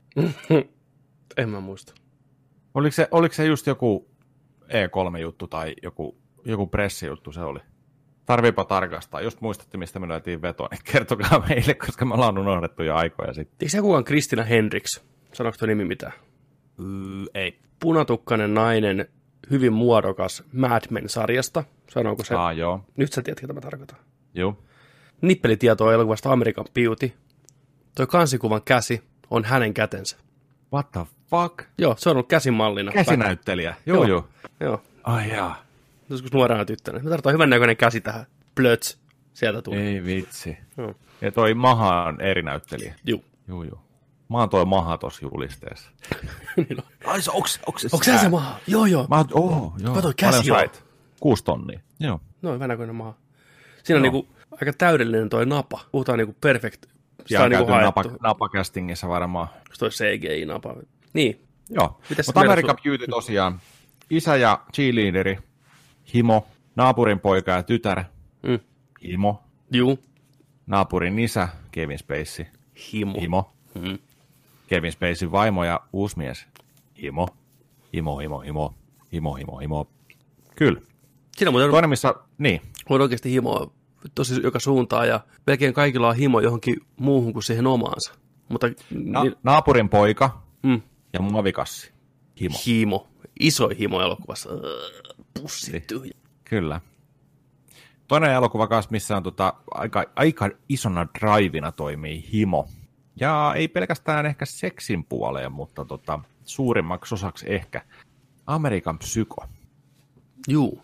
En mä muista. Oliko se, oliko se just joku E kolme juttu tai joku, joku pressijuttu se oli? Tarviipa tarkastaa. Jos muistatte, mistä me lyötiin vetoa, niin kertokaa meille, koska me ollaan unohdettu jo aikoja sitten. Eikö se kukaan Kristina Hendricks? Sanoiko tuo nimi mitään? Mm, ei. Punatukkainen nainen, hyvin muodokas Mad Men-sarjasta. Sanooko se? Aa, joo. Nyt sä tiedät, mitä mä tarkoitan. Joo. Nippelitietoa elokuvasta American Beauty. Toi kansikuvan käsi on hänen kätensä. What the fuck? Joo, se on ollut käsimallina. Käsinäyttelijä. Joo, joo. Joo. Ai jaa. Joskus nuorena tyttönä. Me tarvitaan hyvän näköinen käsi tähän. Plöts. Sieltä tuli. Ei vitsi. Joo. Ja toi Maha on eri näyttelijä. Juu. Joo, joo. Mä oon toi Maha tossa julisteessa. Niin on. Ai se, onks, onks se Onko sä se maha? Joo, joo. Mä oon, oh, joo. Kato, käsi Paljon on. sait? Kuusi tonnia. Joo. No, hyvän näköinen maha. Siinä on No. niinku aika täydellinen toi napa. Puhutaan niinku perfect. Ja on niinku käyty napa, haettu. napacastingissa varmaan. Toi C G I-napa. Niin. Joo. Mitäs Mutta meillä American su- Beauty tosiaan. Isä ja cheerleaderi. Himo. Naapurin poika ja tytär. Mm. Himo. Juu. Naapurin isä. Kevin Spacey. Himo. Himo. Mm. Kevin Spacey vaimo ja uusi mies. Himo. Himo, himo, himo. Himo, himo, himo. Kyllä. Siinä muuten Toinen missä, niin. on oikeasti himoa tosi joka suuntaan ja melkein kaikilla on himo johonkin muuhun kuin siihen omaansa. Mutta Na- niin, naapurin poika mm, ja muovikassi. Himo. himo, iso himo elokuvassa. Öö, Niin. Pussi tyhjä. Kyllä. Toinen elokuva kanssa, missä on tota, aika, aika isona drivina toimii himo. Ja ei pelkästään ehkä seksin puoleen, mutta tota, suurimmaksi osaksi ehkä American Psycho. Juu.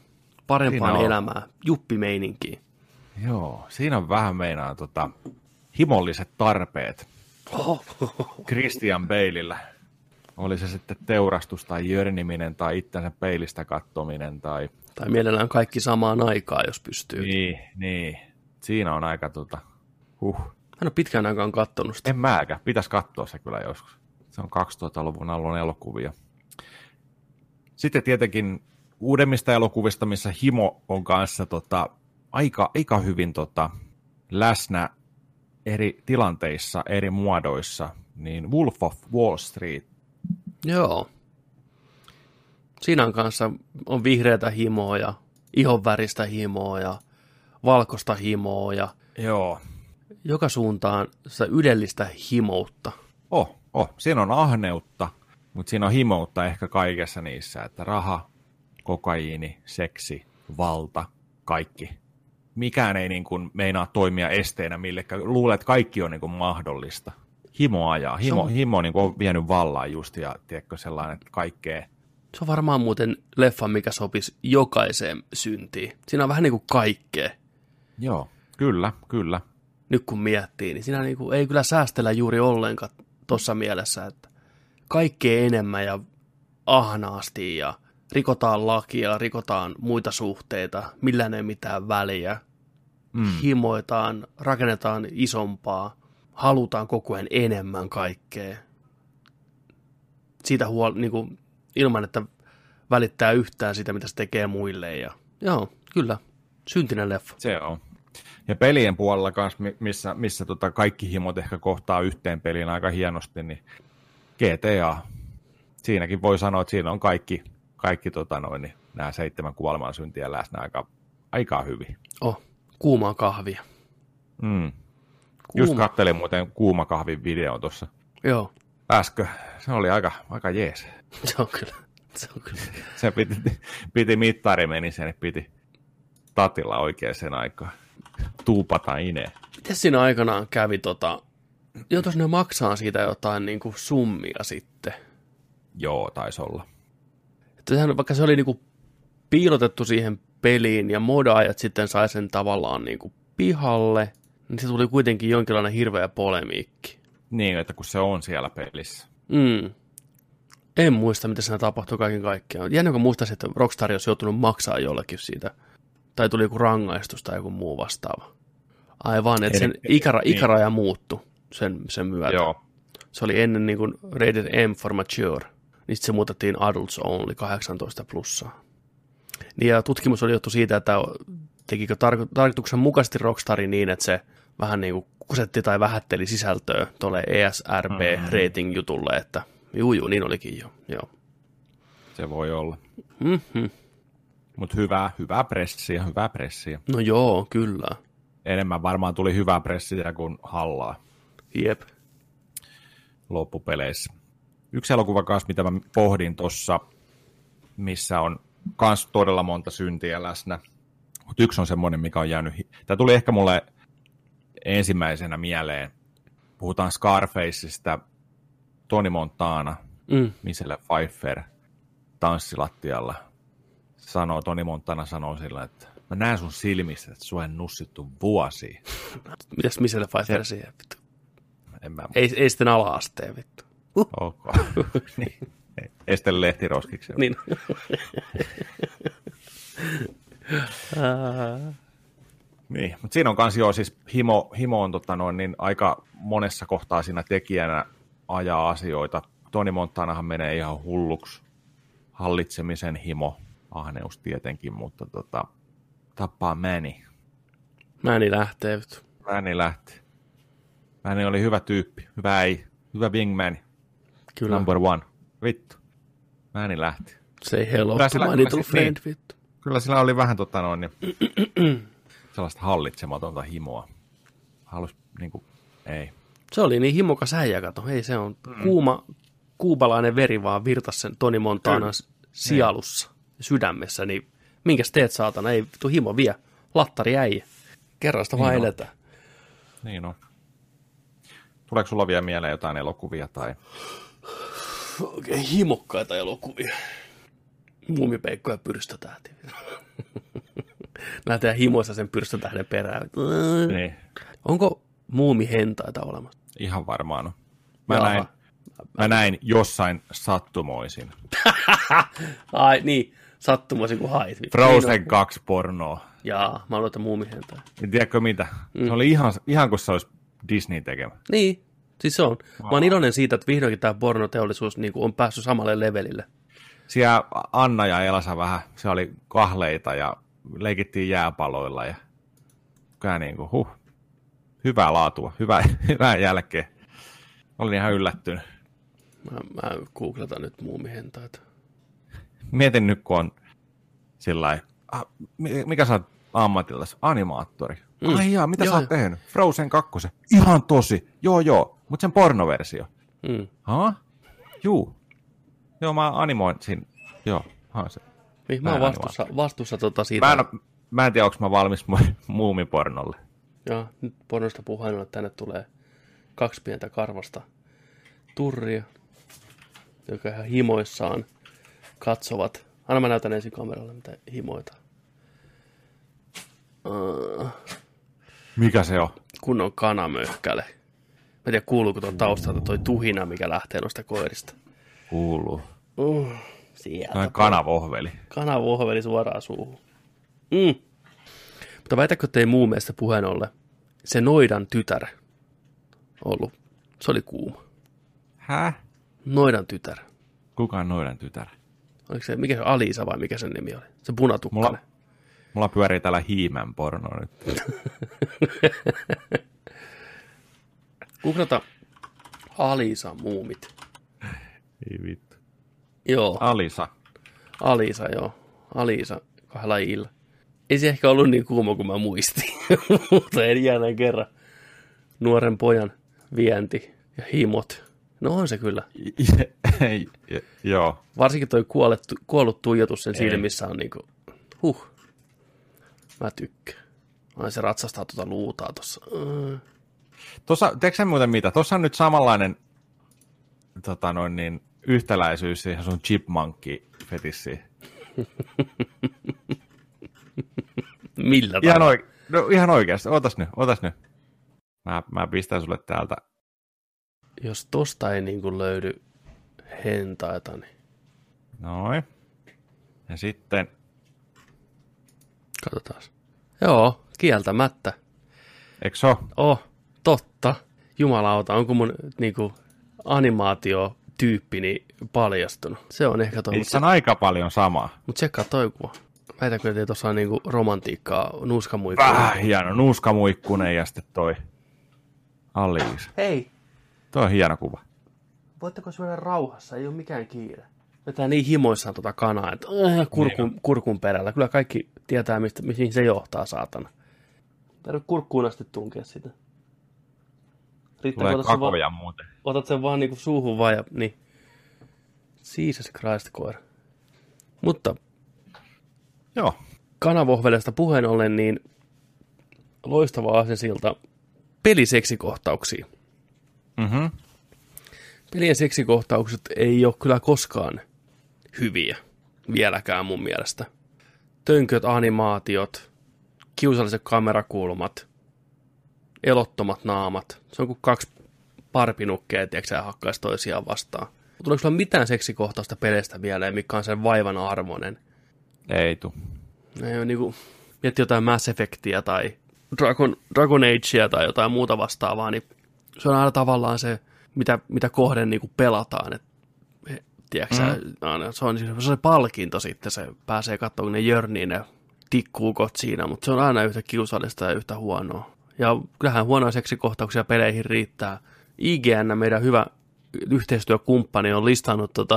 parempaan elämään, juppimeininkiin. Joo, siinä on vähän meinaa tota, himolliset tarpeet Oho. Christian Baleillä. Oli se sitten teurastus tai jörniminen tai itsensä peilistä kattominen. Tai, tai mielellään kaikki samaan aikaan, jos pystyy. Niin, niin. Siinä on aika tota, huh. Mä en ole pitkään aikaan kattonut sitä. En mäkään, pitäisi katsoa se kyllä joskus. Se on kaksituhattaluvun alun elokuvia. Sitten tietenkin uudemmista elokuvista, missä himo on kanssa tota, aika, aika hyvin tota, läsnä eri tilanteissa, eri muodoissa, niin Wolf of Wall Street. Joo. Siinä on kanssa on vihreätä himoa ja ihonväristä himoa ja valkoista himoa ja Joo. joka suuntaan sitä ylellistä himoutta. Oh, oh, siinä on ahneutta, mutta siinä on himoutta ehkä kaikessa niissä, että raha, kokaiini, seksi, valta, kaikki. Mikään ei niin kuin meinaa toimia esteenä millekään. Luulet, että kaikki on niin kuin mahdollista. Himo ajaa. Himo, on... himo niin kuin on vienyt vallaan just ja tiedätkö sellainen, että kaikkea. Se on varmaan muuten leffa, mikä sopisi jokaiseen syntiin. Siinä on vähän niin kuin kaikkea. Joo, kyllä, kyllä. Nyt kun miettii, niin siinä niin kuin ei kyllä säästellä juuri ollenkaan tuossa mielessä, että kaikkea enemmän ja ahnaasti ja rikotaan lakia, rikotaan muita suhteita, millään ei mitään väliä. Mm. Himoitaan, rakennetaan isompaa, halutaan koko ajan enemmän kaikkea. Siitä huol- niin kuin, ilman, että välittää yhtään sitä, mitä se tekee muille. Ja, joo, kyllä, syntinen leffa. Se on. Ja pelien puolella kanssa, missä, missä tota kaikki himot ehkä kohtaa yhteen peliin aika hienosti, niin G T A. Siinäkin voi sanoa, että siinä on kaikki, kaikki tota noin, niin nämä seitsemän kuoleman syntiä läsnä aika, aika hyvin. Oh, kuumaa kahvia. Mm. Kuuma. Just kattelin muuten kuuma kahvin videon tuossa. Joo. Äskö, se oli aika, aika jees. Se on kyllä. Se, on kyllä. Se piti, piti mittari meni sen, piti tatilla oikeaan aikaan. Tuupata ineen. Miten siinä aikanaan kävi tota, joutuisi ne maksaa siitä jotain niin kuin summia sitten? Joo, taisi olla. Että sehän, vaikka se oli niin kuin piilotettu siihen peliin ja modaajat sitten sai sen tavallaan niin kuin pihalle, niin se tuli kuitenkin jonkinlainen hirveä polemiikki. Niin, että kun se on siellä pelissä. Mm. En muista, mitä siinä tapahtui kaiken kaikkiaan. Jännä, kun muistaisin, että Rockstar olisi joutunut maksaa jollekin siitä. Tai tuli joku rangaistus tai joku muu vastaava. Aivan, että sen ikära, ikäraja muuttui sen, sen myötä. Joo. Se oli ennen niin kuin rated M for mature. Niin sitten se muutettiin adults only kahdeksantoista plussaa. Niin ja tutkimus oli juttu siitä, että tekikö tar- tarkoituksen mukaisesti Rockstari niin, että se vähän niin kuin kusetti tai vähätteli sisältöä tuolle E S R B-rating-jutulle, että juu, juu, niin olikin jo. Joo. Se voi olla. Mm-hmm. Mutta hyvää, hyvää pressiä, hyvää pressiä. No joo, kyllä. Enemmän varmaan tuli hyvää pressiä kuin hallaa. Jep. Loppupeleissä. Yksi elokuva kanssa, mitä mä pohdin tuossa, missä on kans todella monta syntiä läsnä. Mutta yksi on semmoinen, mikä on jäänyt... Tämä tuli ehkä mulle ensimmäisenä mieleen. Puhutaan Scarfaceista, Tony Montana, mm. Michelle Pfeiffer tanssilattialla. Sanoo, Tony Montana sanoo sillä, että mä näen sun silmissä, että sua en nussittu vuosia. Mitäs Michelle Pfeiffer siihen, vittu? En mä ei, ei sitten ala-asteen, vittu. Uh. Ok. Niin. Este lehtiroskiksi. Niin. Niin, mutta siinä on kans joo, siis himo, himo on tota noin, niin aika monessa kohtaa siinä tekijänä ajaa asioita. Tony Montanahan menee ihan hulluksi. Hallitsemisen himo, ahneus tietenkin, mutta tota, tappaa Manny. Manny lähtee. Manny lähtee. Manny oli hyvä tyyppi, hyvä ei, hyvä wingman. Kyllä. Number one. Vittu. Manny lähti. Say hello to my little friend, niin, vittu. Kyllä sillä oli vähän tota noin, niin, sellaista hallitsematonta himoa. Halus niinku, ei. Se oli niin himokas äijä, kato. Ei se on mm. kuuma, kuubalainen veri vaan virtas sen Tony Montanan sielussa, sydämessä, niin minkäs teet saatana, ei vittu himo vie, lattari äijä. Kerrasta niin vaan on. Eletään. Niin on. Tuleeko sulla vielä mieleen jotain elokuvia tai? Oikein himokkaita elokuvia. Muumipeikko ja pyrstötähti. Lähdetään himoissa sen pyrstötähden perään. Niin. Onko muumihentaita olemassa? Ihan varmaan on. Mä näin, mä näin jossain sattumoisin. Ai niin, sattumoisin kuin hait. Frozen kaksi pornoa. Jaa, mä aloitan muumihentaa. En tiedätkö mitä? Mm. Se oli ihan, ihan kuin se olisi Disneyn tekemä. Niin, siis se on. Wow. Mä oon iloinen siitä, että vihdoinkin tämä pornoteollisuus niin on päässyt samalle levelille. Siellä Anna ja Elsa vähän, se oli kahleita ja leikittiin jääpaloilla ja kyllä niin kuin, huh, hyvää laatua, hyvää, hyvää jälkeen. Olin ihan yllättynyt. Mä, mä googletan nyt muumihentaita. Mietin nyt, kun on sillain, ah, mikä sä oot ammatiltas? Animaattori. Mm. Ai jaa, mitä joo, sä oot tehnyt? Frozen kaksi. Ihan tosi. Joo, joo. Mutta sen pornoversio. Mm. Ha? Juu. Joo, mä animoin siinä. Joo, haa se. Niin, mä oon vastuussa, vastuussa tota siitä. Mä en, mä en tiedä, onko mä valmis muumipornolle. Joo, nyt pornosta puheen, että tänne tulee kaksi pientä karvasta turria, joka ihan himoissaan katsovat. Aina mä näytän ensin kameralle, mitä himoita. Uh, Mikä se on? Kunnon kanamöhkäle. Mä en tiedä, kuuluuko tuon taustalta toi tuhina, mikä lähtee noista koirista. Kuuluu. Uh, sieltä. Noin kanavohveli. Kanavohveli suoraan suuhun. Mm. Mutta väitäkö tein muun mielestä puheen ollen? Se noidan tytär ollut. Se oli kuuma. Häh? Noidan tytär. Kuka on noidan tytär? Oliko se, mikä se Alisa vai mikä sen nimi oli? Se punatukkainen. Mulla, mulla pyörii täällä He-Man porno nyt. Googlata Alisa muumit. Ei vittu. Joo. Alisa. Alisa, joo. Alisa kahdella illa. Ei se ehkä ollut niin kuuma kuin mä muistin, mutta en jälleen kerran. Nuoren pojan vienti ja himot. No on se kyllä. Joo. Varsinkin toi kuollut, kuollut tuijotus sen silmissä on niinku, huh, mä tykkään. Ai se ratsastaa tuota luutaa tossa. Uh. Tuossa, teekö sä muuten mitä? Tuossa on nyt samanlainen tota noin niin, yhtäläisyys siihen sun chipmonkki-fetissiin. Millä ihan, oike- no, ihan oikeasti, otas nyt, otas nyt. Mä, mä pistän sulle täältä. Jos tosta ei niinku löydy hentaita, niin... Noin. Ja sitten... Katsotaan. Joo, kieltämättä. Eikö se ole? Oh, totta. Jumalauta, onko mun niinku animaatiotyyppini paljastunut? Se on ehkä toi. Niissä on aika paljon samaa. Mut tsekkaa toi kuva. Väitäkö, että tuossa on niinku romantiikkaa, nuuskamuikkunen? Väh, hieno, nuuskamuikkunen ja sitten toi Aliis. Hei! Toi on hieno kuva. Voitteko syödä rauhassa? Ei ole mikään kiire. Vetää niin himoissaan tuota kanaa, että äh, kurkun, niin kurkun perällä. Kyllä kaikki tietää, mistä, mihin se johtaa, saatana. Tarvitse kurkkuun asti tunkea sitä. Riittää, tulee kakoja vaan, muuten. Otat sen vaan niinku suuhun vaan ja niin. Jesus Christ, koira. Mutta joo. Kanavohvelesta puheen ollen, niin loistava asesilta peliseksikohtauksiin. Mhm. Pelien seksikohtaukset ei ole kyllä koskaan hyviä, vieläkään mun mielestä. Tönköt animaatiot, kiusalliset kamerakulmat, elottomat naamat. Se on kuin kaksi parpinukkeja, tiedätkö, hakkaisi toisiaan vastaan. Tuleeko sulla mitään seksikohtausta peleistä vielä, mikä on sen vaivan arvoinen? Ei tu. Ei ole niinku, miettii jotain Mass Effectia tai Dragon, Dragon Agea tai jotain muuta vastaavaa, niin se on aina tavallaan se, mitä, mitä kohden niin kuin pelataan. Et, tiedätkö, mm. se, on, se on se palkinto sitten, se pääsee katsomaan, kun ne jörnii ne tikkuukot siinä, mutta se on aina yhtä kiusallista ja yhtä huonoa. Ja kyllähän huonoja seksikohtauksia peleihin riittää. I G N, meidän hyvä yhteistyökumppani, on listannut, tota,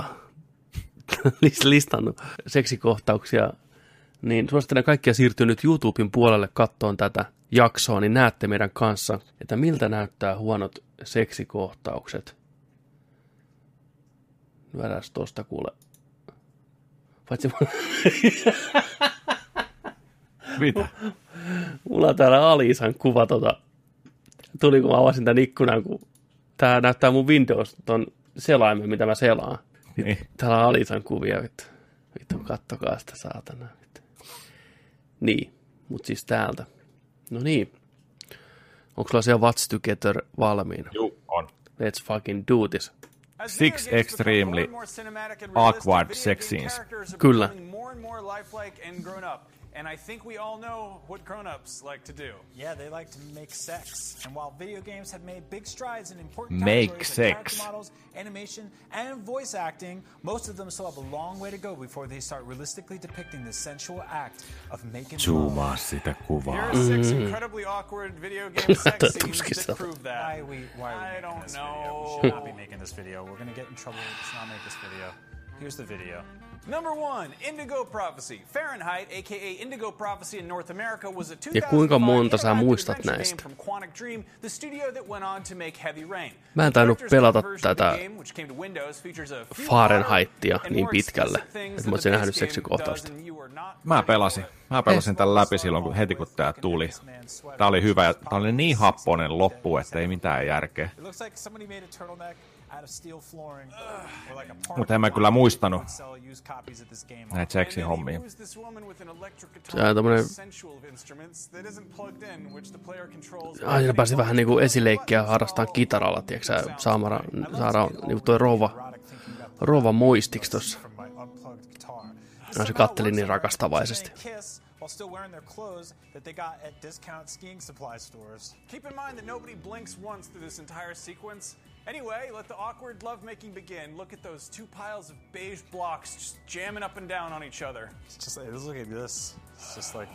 listannut seksikohtauksia, niin suosittelen kaikkia siirtyä nyt YouTuben puolelle kattoon tätä jaksoa, niin näette meidän kanssa, että miltä näyttää huonot seksikohtaukset. Väräs tosta kuule. Paitsi... Mitä? Mulla on täällä Alisan kuva, tota... tuli kun mä avasin tän ikkunan, kun tää näyttää mun Windows ton selaimen, mitä mä selaan. Niin. Täällä on Alisan kuvia, vittu. Vittu, kattokaa sitä saatana. Niin, mut siis täältä. No niin. Onko sulla siellä What's Together valmiina? Juu, on. Let's fucking do this. Six extremely awkward sex scenes. Kyllä. And I think we all know what grown-ups like to do. Yeah, they like to make sex. And while video games have made big strides in important Make categories like sex. character models, animation, and voice acting, most of them still have a long way to go before they start realistically depicting the sensual act of making love. Zoomaa sitä kuvaa. Here are six incredibly awkward video game sex scenes that prove that. Why are we, why are we I making don't this know. video? We should not be making this video. We're going to get in trouble. Let's not make this video. Here's the video. Number one, Indigo Prophecy. Fahrenheit, aka Indigo Prophecy in North America, was a two Ja kuinka monta sä muistat näistä? from Quantic Dream, the studio that went on to make Heavy Rain. Mä en tainnut pelata version of the tätä game, which came to Windows, features a few Fahrenheitia and niin more pitkälle, explicit things että mä that the olisin nähnyt base game seksikohtausta. does, and you are not Mä pelasin. Mä pelasin tämän läpi silloin, kun heti kun tää tuli. Tää oli hyvä ja tää oli niin happonen loppu, että ei mitään järkeä. It looks like somebody made a turtleneck out of steel flooring. Or like a park. Mutta en mä kyllä muistanut Sell used copies of this game. näitä seksihommia. Tää on tämmönen... Aina pääsi vähän niinku esileikkiä harrastaan kitaralla, tiiäksä, saamara, saada niinku toi rouva, rouva muistiksi tossa. No, se katteli niin rakastavaisesti. While still wearing their clothes that they got at discount skiing supply stores. Keep in mind that nobody blinks once through this entire sequence. Anyway, let the awkward lovemaking begin. Look at those two piles of beige blocks just jamming up and down on each other. It's just like, look at this. It's just like...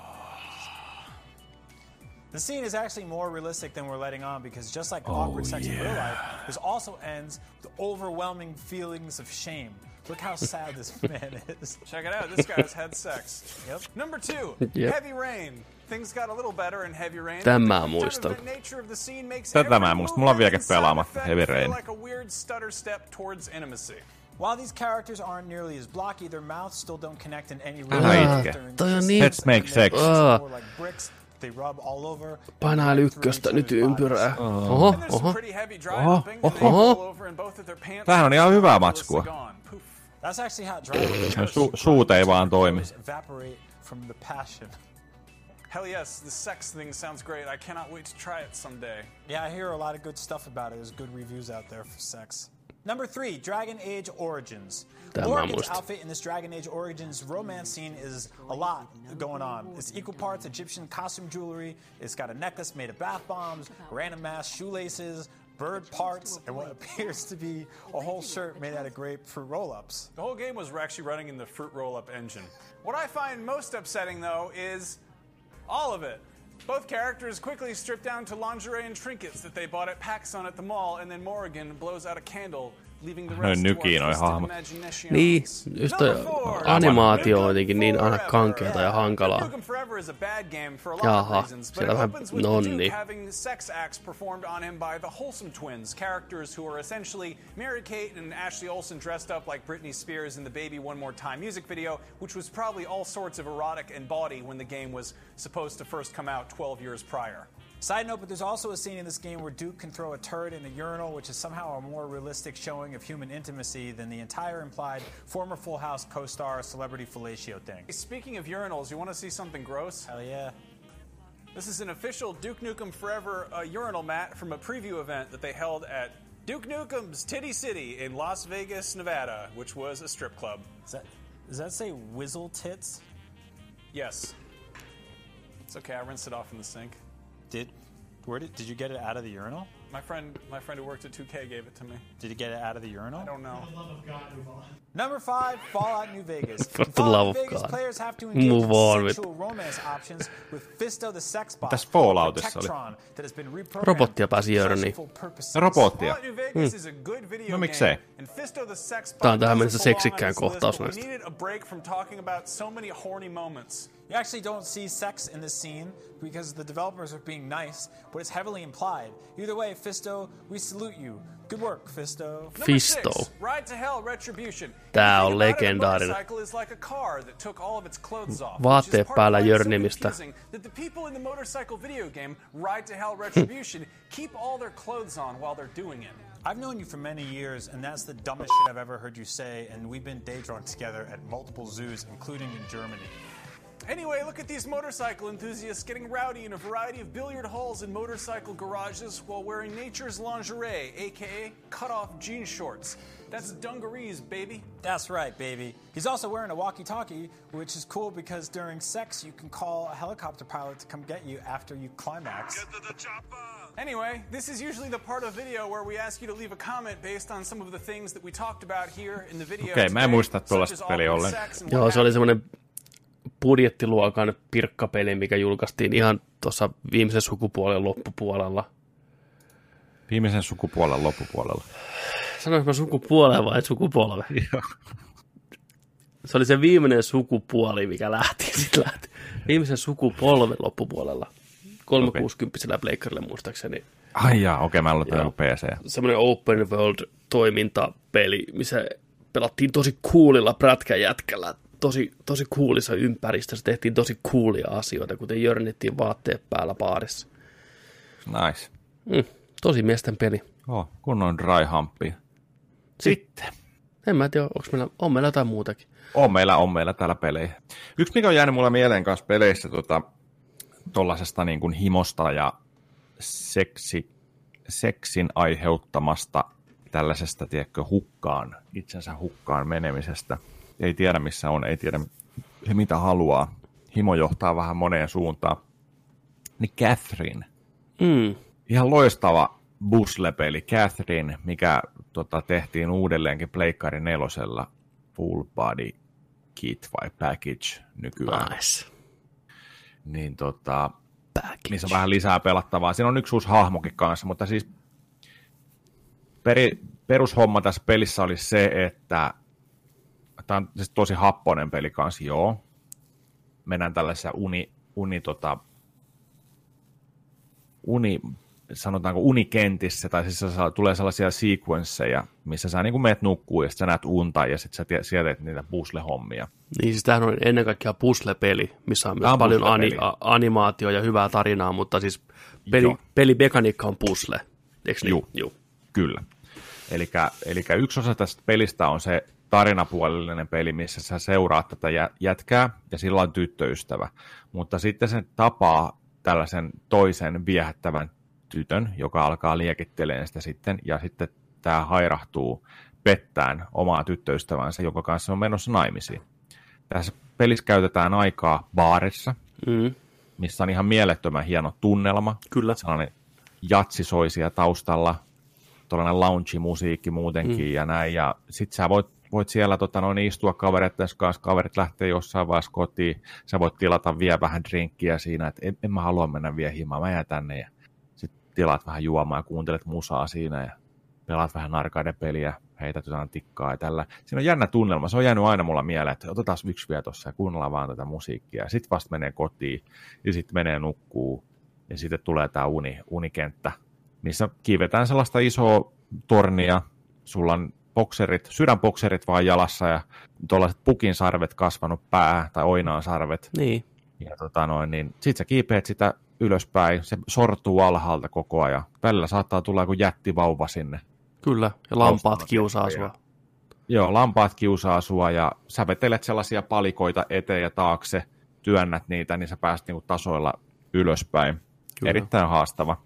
The scene is actually more realistic than we're letting on because just like Oh, awkward sex in real yeah. life, this also ends with overwhelming feelings of shame. Look how sad this man is. Check it out. This guy's had sex. Yep. Number two, Yep. Heavy Rain. Things got a little better in Heavy Rain. Tän mä The muistan. competitive nature of the scene makes Tätä every mä en muista. move Mulla on vieläkin and sound pelaamatta effect Heavy feel Rain. like a weird stutter step towards intimacy. While these characters aren't nearly as blocky, their mouths still don't connect in any Älä real itke. way. Toi on niin... Let's make sex. Ah. Like bricks, they rub all over. Painaa ykköstä nyt ympyrää. Oho, And there's some oho. pretty heavy dry Oho, humping that they oho. pull over in both of their pants. Tämähän on ihan hyvää matskua. Gone. Poof. That's actually how dry Su- suut ei vaan toimi. evaporate from the passion. Hell yes, the sex thing sounds great. I cannot wait to try it someday. Yeah, I hear a lot of good stuff about it. There's good reviews out there for sex. Number three, Dragon Age Origins. Tämä mä Morgan's muistan. outfit in this Dragon Age Origins romance scene is a lot going on. It's equal parts Egyptian costume jewelry. It's got a necklace made of bath bombs, random ass shoelaces, bird parts, and what appears to be a whole shirt made out of grapefruit roll-ups. The whole game was actually running in the fruit roll-up engine. What I find most upsetting, though, is all of it. Both characters quickly strip down to lingerie and trinkets that they bought at PAXon at the mall, and then Morrigan blows out a candle, leaving the Noi rest to nykii noi our twisted hahmot. imaginations. Niin, just toi Number four, animaatio on Nukem jotenkin niin aina Forever. kankeata ja hankalaa. Nukem Forever is a bad game for a lot Jaha, of reasons, but siellä it vähän opens with the nonni. Duke having sex acts performed on him by the Wholesome Twins, characters who are essentially Mary-Kate and Ashley Olsen dressed up like Britney Spears in the Baby One More Time music video, which was probably all sorts of erotic and bawdy when the game was supposed to first come out twelve years prior. Side note, but there's also a scene in this game where Duke can throw a turd in a urinal, which is somehow a more realistic showing of human intimacy than the entire implied former Full House co-star celebrity fellatio thing. Speaking of urinals, you want to see something gross? Hell yeah. This is an official Duke Nukem Forever uh, urinal mat from a preview event that they held at Duke Nukem's Titty City in Las Vegas, Nevada, which was a strip club. Does that, does that say Whizzle Tits? Yes. It's okay, I rinsed it off in the sink. Did where did did you get it out of the urinal? My friend, my friend who worked at two K gave it to me. Did you get it out of the urinal? I don't know. Number five, Fallout New Vegas. For In the Fallout love New of Vegas, God. players have to engage Move in on with- sexual romance options with Fisto the sex bot. Mitäs Falloutissa oli? Protectron that has been reprogrammed Robottia pääsi for Jörniin. sexual purposes. Robottia. Fallout New Vegas is a good video No miksei? game. And Fisto the sex bot Tää on tähän doesn't mennessä belong on seksikkään this list, kohtaus but we näistä. needed a break from talking about so many horny moments. You actually don't see sex in this scene because the developers are being nice, but it's heavily implied. Either way, Fisto, we salute you. Good work, Fisto. Number Fisto. six, Ride to Hell Retribution. Tää If you on think about it, a legendaarinen. motorcycle is like a car that took all of its clothes off, Vaatteet which is part päällä of why it's so Jörnimistä. confusing that the people in the motorcycle video game Ride to Hell Retribution keep all their clothes on while they're doing it. I've known you for many years, and that's the dumbest shit I've ever heard you say, and we've been day drunk together at multiple zoos, including in Germany. Anyway, look at these motorcycle enthusiasts getting rowdy in a variety of billiard halls and motorcycle garages while wearing nature's lingerie, aka cut-off jean shorts. That's dungarees, baby. That's right, baby. He's also wearing a walkie-talkie, which is cool because during sex you can call a helicopter pilot to come get you after you climax. Get to the chopper! Anyway, this is usually the part of video where we ask you to leave a comment based on some of the things that we talked about here in the video. Okei, okay, mä en muista tuollaista peliä ollen. Joo, se oli semmoinen budjettiluokan pirkkapeli, mikä julkaistiin ihan tuossa viimeisen sukupuolen loppupuolella. Viimeisen sukupuolen loppupuolella. Sanoinko mä sukupuoleen vai sukupolve? Joo. Se oli se viimeinen sukupuoli, mikä lähti. Sitten lähti. Viimeisen sukupolven loppupuolella. kolmesataakuusikymmentä pleikkarille muistaakseni. Ai jaa, okei, okay, mä luulen, että P C. Semmoinen open world toimintapeli, missä pelattiin tosi coolilla prätkäjätkällä. Tosi, tosi coolissa ympäristössä tehtiin tosi coolia asioita, kuten jörnittiin vaatteet päällä baarissa. Nice. Mm, tosi miesten peli. Oh, kunnon dry humpia. Sitten. En mä tiedä, onko meillä, on meillä jotain muutakin. On meillä, on meillä täällä pelejä. Yksi, mikä on jäänyt mulle mieleen kanssa peleissä, tota, tollasesta niin kuin himosta ja seksi, seksin aiheuttamasta tällaisesta, tiedätkö, hukkaan, itsensä hukkaan menemisestä. Ei tiedä, missä on, ei tiedä, mitä haluaa. Himo johtaa vähän moneen suuntaan. Niin Catherine. Mm. Ihan loistava busle-peli Catherine, mikä tota, tehtiin uudelleenkin Pleikkari nelosella. Full body kit vai package nykyään. Nice. Niin tota, missä on vähän lisää pelattavaa. Siinä on yksi uusi hahmokin kanssa, mutta siis peri, perushomma tässä pelissä oli se, että tämä on siis tosi happoinen peli kanssa, joo. Mennään tällaisessa uni, uni, tota, uni, sanotaanko unikentissä, tai siis tulee sellaisia sequensseja, missä sä niin kuin meet nukkuu, ja sitten sä näet unta, ja sitten sä sieltä teet niitä puzzle-hommia. Niin, siis tämähän on ennen kaikkea puzzle-peli, missä on myös on paljon ani, animaatio ja hyvää tarinaa, mutta siis peli, pelimekaniikka on puzzle, eikö niin? Juu, Juu. Kyllä. Eli yksi osa tästä pelistä on se tarinapuolellinen peli, missä sä seuraat tätä jätkää, ja sillä on tyttöystävä. Mutta sitten se tapaa tällaisen toisen viehättävän tytön, joka alkaa liekittelemään sitä sitten, ja sitten tämä hairahtuu pettään omaa tyttöystävänsä, jonka kanssa on menossa naimisiin. Tässä pelissä käytetään aikaa baarissa, mm. missä on ihan mielettömän hieno tunnelma. Kyllä. Sellainen jatsi soi siellä taustalla, tuollainen lounge-musiikki muutenkin mm. ja näin, ja sit sä voit, voit siellä tota, noin, istua kavereiden kanssa, kaverit lähtee jossain vaiheessa kotiin, sä voit tilata vielä vähän drinkkiä siinä, että en, en mä halua mennä vielä himaan, mä jään tänne, ja sit tilaat vähän juomaa ja kuuntelet musaa siinä, ja pelaat vähän arcade peliä, heität jotain tikkaa ja tällä. Siinä on jännä tunnelma, se on jäänyt aina mulla mieleen, että otetaan yksi vielä tossa ja kuunnellaan vaan tätä musiikkia, ja sit vasta menee kotiin, ja sitten menee nukkuu, ja sitten tulee tää uni, unikenttä, missä kiivetään sellaista isoa tornia, sulla on bokserit, sydänbokserit vaan jalassa ja tuollaiset pukin sarvet kasvanut pää tai oinaan sarvet. Niin. Ja tota noin, niin sit sä kiipeät sitä ylöspäin, se sortuu alhaalta koko ajan. Välillä saattaa tulla joku jättivauva sinne. Kyllä, ja lampaat kiusaa sua. Joo, lampaat kiusaa sua ja sä vetelet sellaisia palikoita eteen ja taakse, työnnät niitä, niin sä pääset niinku tasoilla ylöspäin. Kyllä. Erittäin haastava.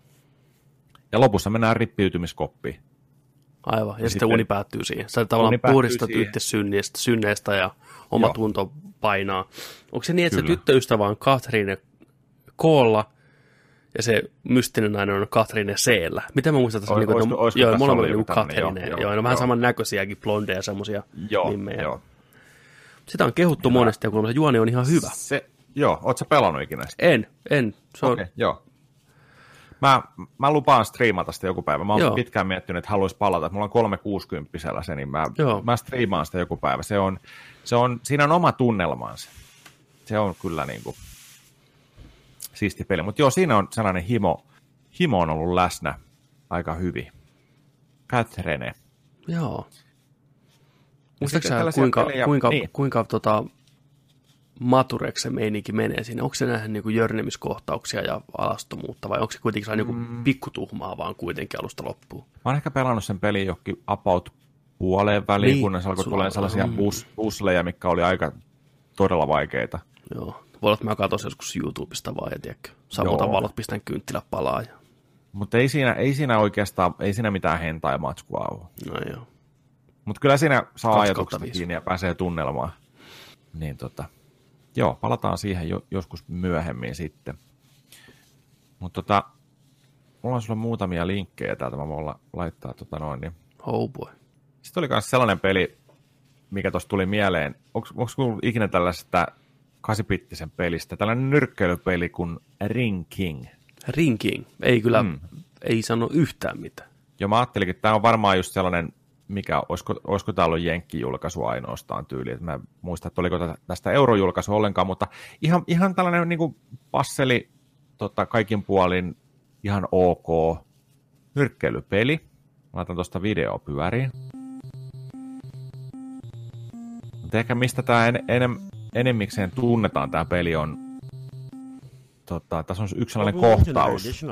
Ja lopussa mennään rippiytymiskoppiin. Aivan, ja, ja sitten, sitten uni päättyy siihen. Sä tavallaan puhdistat itse synneestä, synneestä ja oma Joo. tunto painaa. Onko se niin, että Kyllä. se tyttöystävä on Catherine K:lla ja se mystinen nainen on Catherine C:llä? Miten mä muistan tässä? Niin, olisiko, olisiko joo, tässä molemmat niin Catherine. Joo, joo, joo, ne on vähän saman näköisiäkin, blondeja semmoisia nimmejä. Joo. Sitä on kehuttu hyvä. Monesti ja kun se juoni on ihan hyvä. Se, joo, ootko sä pelannut ikinä sitä? En, en. Se on... okay, joo. Mä, mä lupaan striimata sitä joku päivä. Mä oon Joo. pitkään miettinyt, että haluais palata. Mulla on kolmesataakuusikymmentä se, niin mä, mä striimaan sitä joku päivä. Se on, se on, siinä on oma tunnelmansa. Se on kyllä niin kuin siisti peli. Mutta joo, siinä on sellainen himo. Himo on ollut läsnä aika hyvin. Catherine. Joo. Muistatko sä, kuinka, pelejä, kuinka, niin. kuinka tota, matureksi se meininki menee siinä? Onko se nähdään niin kuin jörnemiskohtauksia ja alastomuutta, vai onko se kuitenkin sellainen mm. niin pikkutuhmaa vaan kuitenkin alusta loppuun? Mä oon ehkä pelannut sen pelin johonkin about puoleen väliin, niin, kunnes alkoi tulee sellaisia mm. pusleja, mitkä oli aika todella vaikeita. Joo. Voi olla, että mä katsoin joskus YouTubesta vaan, ja tiedätkö, sammutan valot, pistän kynttilä palaa. Ja... Mutta ei siinä, ei siinä oikeastaan, ei siinä mitään hentaa ja matskua ole. No joo. Mutta kyllä siinä saa ajatuksesta kiinni ja pääsee tunnelmaan. Niin tota, joo, palataan siihen jo, joskus myöhemmin sitten. Mutta tota, mulla on sulle muutamia linkkejä täältä, mä voin laittaa tota noin. Niin. Oh boy. Sitten oli myös sellainen peli, mikä tuossa tuli mieleen. Onko kuullut ikinä tällaista kahdeksanbittisen pelistä, tällainen nyrkkeilypeli kuin Ring King? Ring King? Ei kyllä, mm. ei sano yhtään mitään. Joo, mä ajattelin, että tämä on varmaan just sellainen, mikä, olisiko, olisiko tämä ollut jenkkijulkaisu ainoastaan tyyli, että mä en muista, että oliko tästä eurojulkaisu ollenkaan, mutta ihan, ihan tällainen niin kuin passeli tota, kaikin puolin ihan ok nyrkkeilypeli. Mä laitan tuosta videoa pyöriin. Mutta ehkä mistä tämä en, enem, enemmikseen tunnetaan tämä peli on, tota, tässä on yksi sellainen kohtaus.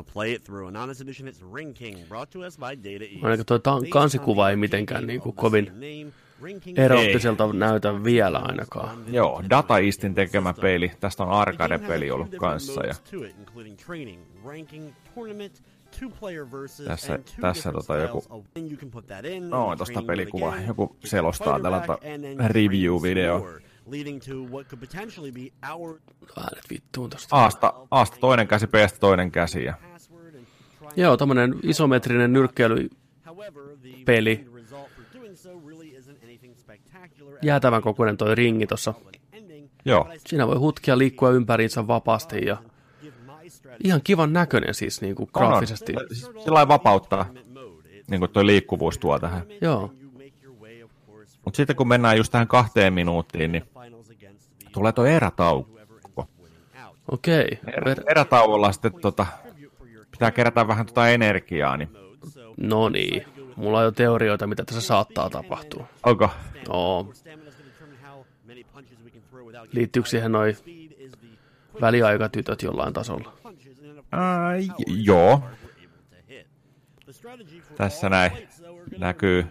Ainakaan tuo kansikuva ei mitenkään niin kuin kovin erottiselta näytä vielä ainakaan. Joo, Data Eastin tekemä peli. Tästä on arcade-peli ollut kanssa. Ja... Tässä, tässä tota joku... No, tuosta pelikuva. Joku selostaa tällä review-video. Äänet vittuun tosta. Aasta, Aasta toinen käsi, B:stä toinen käsi. Ja... Joo, tommonen isometrinen nyrkkeilypeli. Jäätävän kokoinen toi ringi tossa. Joo. Siinä voi hutkia liikkua ympäriinsä vapaasti ja ihan kivan näköinen siis niinku graafisesti. Sillä vapauttaa niinku toi liikkuvuus tuo tähän. Joo. Mut sitten kun mennään just tähän kahteen minuuttiin, niin tulee toi erätauko. Okei. Er- erätauolla sitten tota, pitää kerätä vähän tota energiaa. Niin... No niin. Mulla on jo teorioita, mitä tässä saattaa tapahtua. Onko? Joo. Liittyykö siihen noi väliaikatytöt jollain tasolla? Äh, joo. Tässä näin näkyy.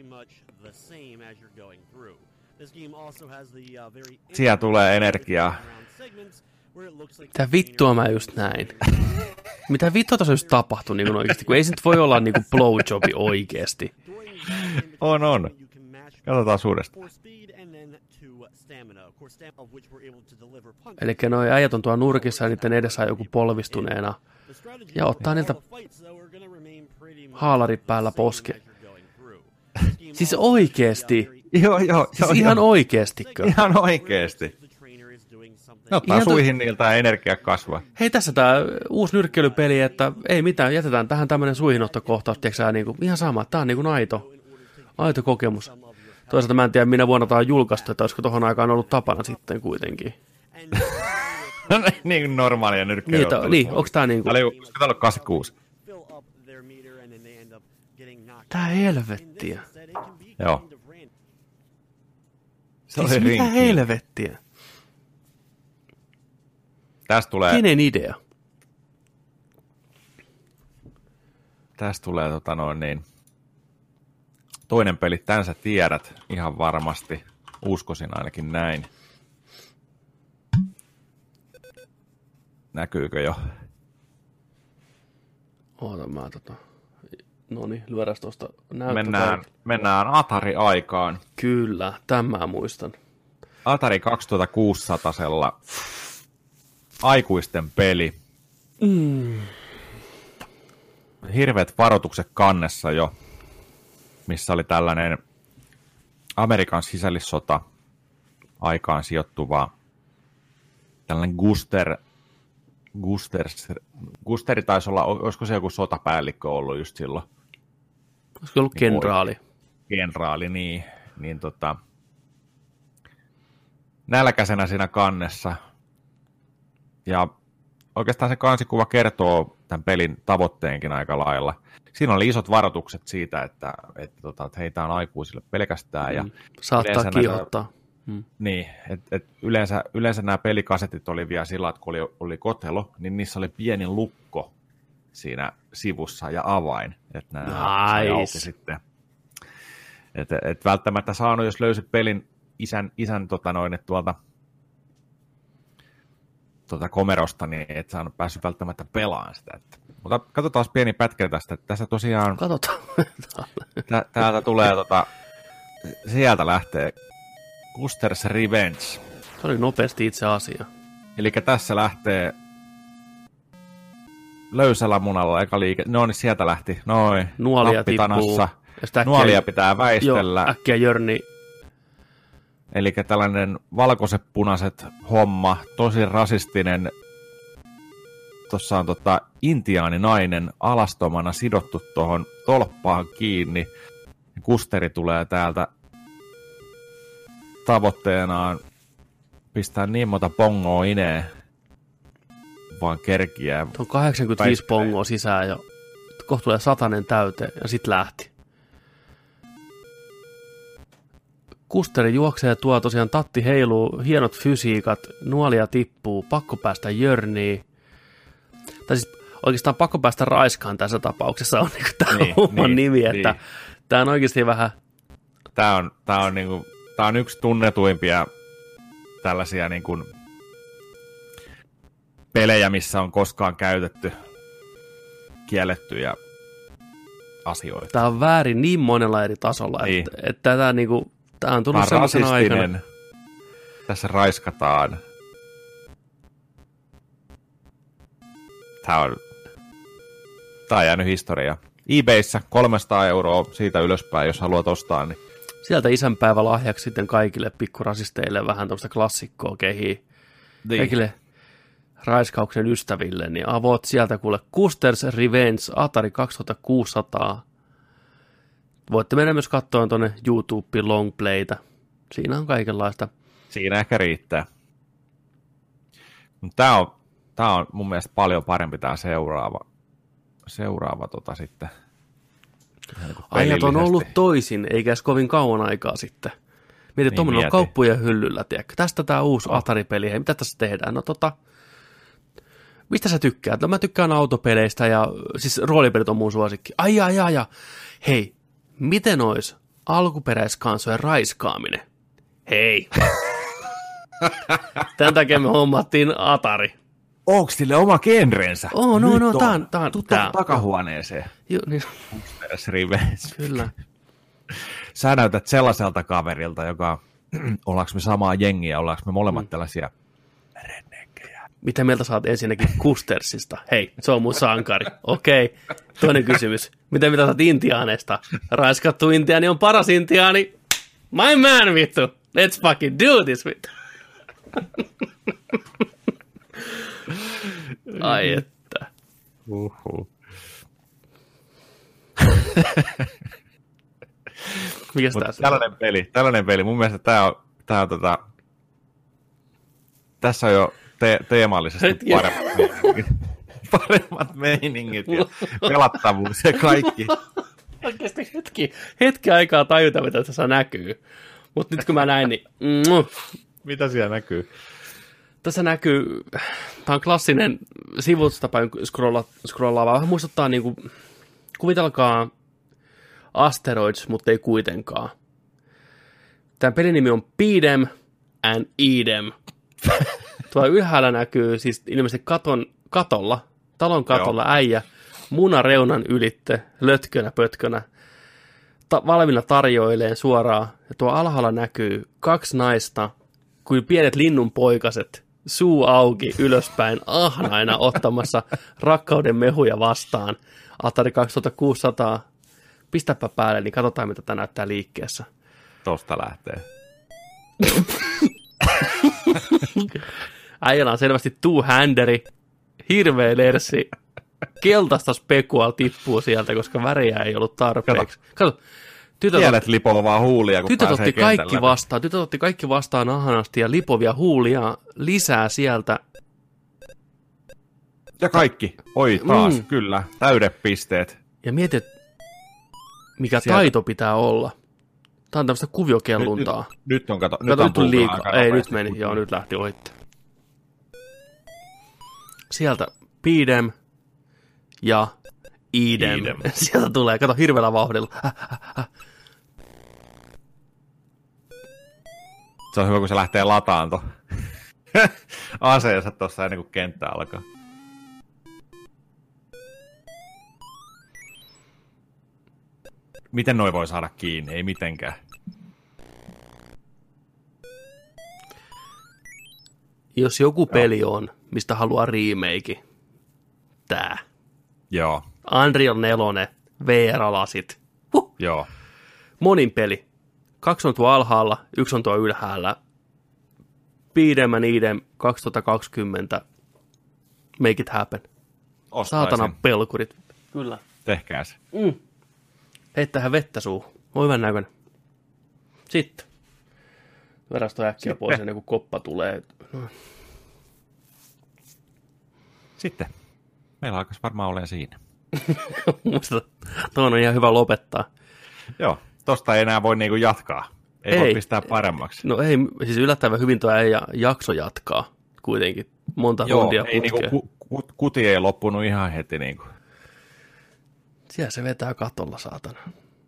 Siellä tulee energiaa. Mitä vittua mä just näin? Mitä vittua tässä just tapahtui niin oikeasti? Kun ei se nyt voi olla niin blowjobi oikeasti. On, on. Katsotaan uudestaan. Eli noi äijät on tuolla nurkissa ja niiden edessä on joku polvistuneena. Ja ottaa niiltä haalari päällä poske. Siis oikeesti. Joo, joo. Siis ihan oikeestikö? Ihan oikeesti. Ne ottaa suihin to... niiltä energia kasvaa. Hei, tässä tää uusi nyrkkeilypeli, että ei mitään, jätetään tähän tämmönen suihinottokohtaus, tiiäksä, niinku, ihan sama, tää on niinku aito, aito kokemus. Toisaalta mä en tiedä, minä vuonna tää on julkaistu, että olisiko tohon aikaan ollut tapana sitten kuitenkin. Niin kuin normaalia nyrkkeilyä. Niin, niin, onks tää niinku... Olisiko tää ollut kahdeksankymmentäkuusi? Tää helvettiä. Joo. Se oli mitä helvettiä? Tästä tulee... Kenen idea? Tästä tulee tota noin niin... Toinen peli, tän sä tiedät ihan varmasti. Uskoisin ainakin näin. Näkyykö jo? Oota mä tota... Noniin, lyödäs tuosta näyttää. Mennään, mennään Atari-aikaan. Kyllä, tämän muistan. Atari kaksituhattakuusisatasella aikuisten peli. Mm. Hirveät varoitukset kannessa jo, missä oli tällainen Amerikan sisällissota aikaan sijoittuva tällainen Guster, Guster, Gusteri taisi olla, olisiko se joku sotapäällikkö ollut just silloin? Olisiko ollut niin kenraali? Kenraali, niin. niin tota, nälkäisenä siinä kannessa. Ja oikeastaan se kansikuva kertoo tämän pelin tavoitteenkin aika lailla. Siinä oli isot varoitukset siitä, että, että, tota, että heitä on aikuisille pelkästään. Ja mm, saattaa kiihottaa. Hmm. Niin, että et yleensä, yleensä nämä pelikasetit oli vielä sillä, että kun oli, oli kotelo, niin niissä oli pieni lukko siinä sivussa ja avain, että nämä sai auki sitten. Et, et välttämättä saanut, jos löysit pelin isän, isän tota noin, tuolta tuota komerosta, niin et saanut päässyt välttämättä pelaamaan sitä. Että. Mutta katsotaan pieni pätkä tästä. Että tässä tosiaan katsotaan. Tä, täältä tulee, tota, sieltä lähtee Custer's Revenge. Se oli nopeasti itse asia. Eli tässä lähtee löysällä munalla eka liike. No niin, sieltä lähti. Noin. Nuolia tippuu. Nuolia pitää väistellä. Joo, äkkiä jörni. Eli tällainen valkoiset punaiset homma, tosi rasistinen. Tuossa on tota intiaaninainen alastomana sidottu tuohon tolppaan kiinni. Kusteri tulee täältä tavoitteenaan pistää niin monta pongoa ineen, vaan kerkiää. Tuo on kahdeksankymmentäviisi väistelee. Pongoa sisään ja kohta tulee satanen täyteen ja sit lähti. Kusteri juoksee ja tuo tosiaan tatti heiluu, hienot fysiikat, nuolia tippuu, pakko päästä jörniin. Tai siis oikeastaan pakko päästä raiskaan tässä tapauksessa on niin tämä niin, homman niin, nimi, että niin. Tämä on oikeasti vähän... Tämä on, tämä on, niin kuin, tämä on yksi tunnetuimpia tällaisia niin kuin pelejä, missä on koskaan käytetty kiellettyjä asioita. Tämä on väärin niin monella eri tasolla, niin. että, että tämä, niin kuin, tämä on tullut sellaisena aikana. Tässä raiskataan. Tämä on, tämä on jäänyt historiaa. eBayssä kolmesataa euroa siitä ylöspäin, jos haluat ostaa. Niin. Sieltä isänpäivä lahjaksi sitten kaikille pikkurasisteille vähän tämmöistä klassikkoa kehiin. Niin. Kaikille raiskauksen ystäville, niin avoit sieltä kuule Custer's Revenge Atari kaksituhattakuusisataa. Voitte mennä myös katsoa tuonne YouTubeen longplaytä. Siinä on kaikenlaista. Siinä ehkä riittää. Tämä on, tämä on mun mielestä paljon parempi tämä seuraava. Seuraava tota sitten. Ajat on ollut toisin, eikä edes kovin kauan aikaa sitten. Mietin, niin tuommoinen on kauppujen hyllyllä, tiedätkö? Tästä tämä uusi oh. Atari-peli, hei, mitä tässä tehdään? No tota, mistä sä tykkäät? No mä tykkään autopeleistä ja siis roolipelit on mun suosikki. Ai, ai, ai, ai. Hei, miten ois alkuperäiskansojen raiskaaminen? Hei. Tän takia me hommattiin Atari. Onko sille oma genrensä? Oh, no, no, tää on, tää on, tää. Takahuoneeseen. Joo, niin. Kyllä. Sä näytät sellaiselta kaverilta, joka, ollaanko me samaa jengiä, ollaanko me molemmat mm. tällaisia redneckejä. Mitä mieltä saat ensinnäkin Custersista? Hei, se on mun sankari. Okei, okay. Toinen kysymys. Mitä mieltä saat intiaaneista? Raiskattu intiaani on paras intiaani. My man, vittu. Let's fucking do this, vittu. Ai että. Uhuh. Mikäs tässä tällainen on? Peli, tällainen peli, mun mielestä tää on, tää on tota, tässä on jo te- teemallisesti paremmat meiningit, paremmat meiningit ja pelattavuus ja kaikki. Oikeasti hetki, hetki aikaa tajuta, mitä tässä näkyy. Mutta nyt kun mä näin, niin... Mm, mitä siellä näkyy? Tässä näkyy, tämä on klassinen sivustapa scrolla, scrollaava. Vähän muistuttaa, niin kuin, kuvitelkaa Asteroids, mutta ei kuitenkaan. Tämän pelin nimi on Beat'em and Eat'em. Tuolla ylhäällä näkyy siis ilmeisesti katon, katolla, talon katolla Joo. äijä munareunan ylitte, lötkönä pötkönä, ta- valmiina tarjoileen suoraan. Ja tuo alhaalla näkyy kaksi naista, kuin pienet linnunpoikaset, suu auki ylöspäin, ahnaina ottamassa rakkauden mehuja vastaan. Atari kaksituhattakuusisataa. Pistäpä päälle, niin katsotaan, mitä tämä näyttää liikkeessä. Tosta lähtee. Äijällä on selvästi two-handeri, hirveä lerssi, keltaista spekua tippuu sieltä, koska väriä ei ollut tarpeeksi. Kato, tytöt Kielet otti, lipovaa huulia, kun tytöt pääsee otti kaikki vastaan, tytöt otti kaikki vastaan ahanasti ja lipovia huulia lisää sieltä. Ja kaikki. Oi, taas, mm. kyllä. Täydet pisteet. Ja mietit, mikä sieltä taito pitää olla. Tää on tämmöistä kuviokelluntaa. Nyt, nyt, nyt on, kato, kato nyt on nyt tuli liikaa. Ei, nyt meni. Kutiin. Joo, nyt lähti ohitte. Sieltä Pidem ja Idem. Idem. Sieltä tulee, kato, hirveällä vauhdilla. Häh, häh, häh. Se on hyvä, kun se lähtee lataan to. aseensa tuossa ennen kuin kenttä alkaa. Miten noi voi saada kiinni? Ei mitenkään. Jos joku peli on, mistä haluaa remake, tää. Joo. Unreal neljä, V R-lasit. Huh. Joo. Monin peli. Kaksi on tuo alhaalla, yksi on tuo ylhäällä. Pidem and Idem kaksituhattakaksikymmentä. Make it happen. Ostaisin. Saatana pelkurit. Kyllä. Tehkää se. Mm. Heittähän vettä suuhun. On hyvän näköinen. Sitten. Verasto äkkiä Sitten. pois ennen kuin koppa tulee. Sitten. Meillä alkaisi varmaan olemaan siinä. Muista, tuon on ihan hyvä lopettaa. Joo, tosta ei enää voi niinku jatkaa. Ei, ei voi pistää paremmaksi. No ei, siis yllättävän hyvin tuo ei jakso jatkaa kuitenkin. Monta Joo, tuntia ei niinku, ku, ku, kuti ei loppunut ihan heti niinku. Siellä se vetää katolla, saatana.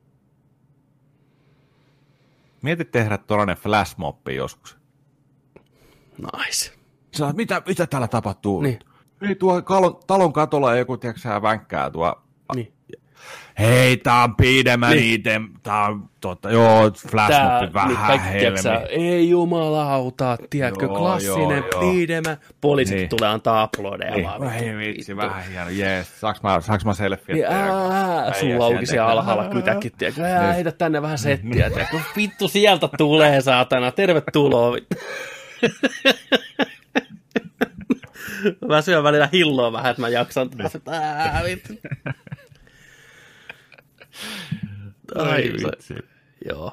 Mietit tehdä tuollainen flashmobbi joskus. Nice. Sä, mitä, mitä täällä tapahtuu? Niin. Ei tuo kalon, talon katolla joku, tiedätkö vänkkää tuo. Niin. Hei, tää on pidemmän niin. Idem, tää on tota, joo, flashmobbi vähän niin, helmi. Ei jumalauta, tiedätkö, joo, klassinen pidemmä. Poliisit niin. tulee antaa aplodeja niin. vaan. Ei vitsi, vähän hieno, jees. Saaks mä, saaks mä selfie? Niin, ää, sulla auki siellä alhaalla kytäkin, tiedätkö. Ää, heitä tänne vähän settiä, tiedätkö. Vittu, sieltä tulee, saatana. Tervetuloa. Mä syön välillä hilloa vähän, että mä jaksan taas. Ää, vittu. Ai vitsi. Joo.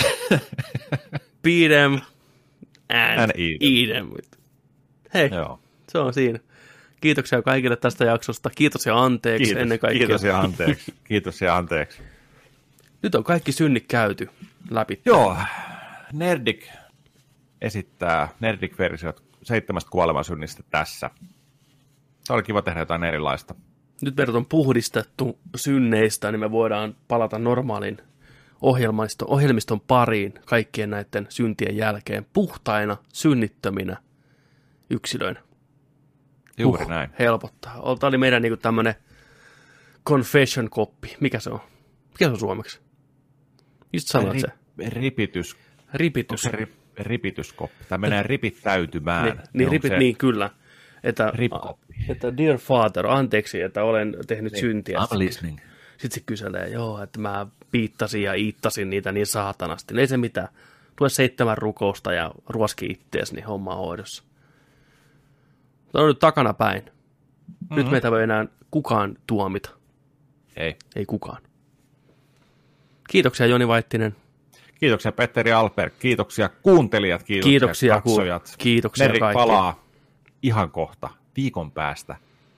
Pidem and, and Idem. Hei, joo. Se on siinä. Kiitoksia kaikille tästä jaksosta. Kiitos ja anteeksi Kiitos, ennen kaikkea. Kiitos ja anteeksi. Kiitos ja anteeksi. Nyt on kaikki synnit käyty läpi. Joo. Nerdik esittää Nerdik-versiot seitsemästä kuolemansynnistä tässä. Se oli kiva tehdä jotain erilaista. Nyt meidät on puhdistettu synneistä, niin me voidaan palata normaalin ohjelmiston, ohjelmiston pariin kaikkien näiden syntien jälkeen puhtaina, synnittöminä yksilöinä. Juuri uh, näin. Helpottaa. Tämä oli meidän niinku tämmöinen confession koppi. Mikä se on? Mikä se on suomeksi? Just sanoit Ri- se. Ripitys. Ripitys. Rip, ripityskoppi. Tämä menee ripittäytymään. Niin, niin, ripit, niin kyllä. Että, että dear father, anteeksi, että olen tehnyt niin, syntiä. I'm listening. Sitten se kyselee, joo, että mä piittasin ja iittasin niitä niin saatanasti. No ei se mitään. Tule seitsemän rukousta ja ruoski ittees, niin homma on hoidossa. Tämä on nyt takana päin. Mm-hmm. Nyt meitä voi enää kukaan tuomita. Ei. Ei kukaan. Kiitoksia Joni Vaittinen. Kiitoksia Petteri Alper. Kiitoksia kuuntelijat. Kiitoksia, kiitoksia katsojat. Ku- kiitoksia Nerdik kaikki. palaa ihan kohta. Viikon päästä.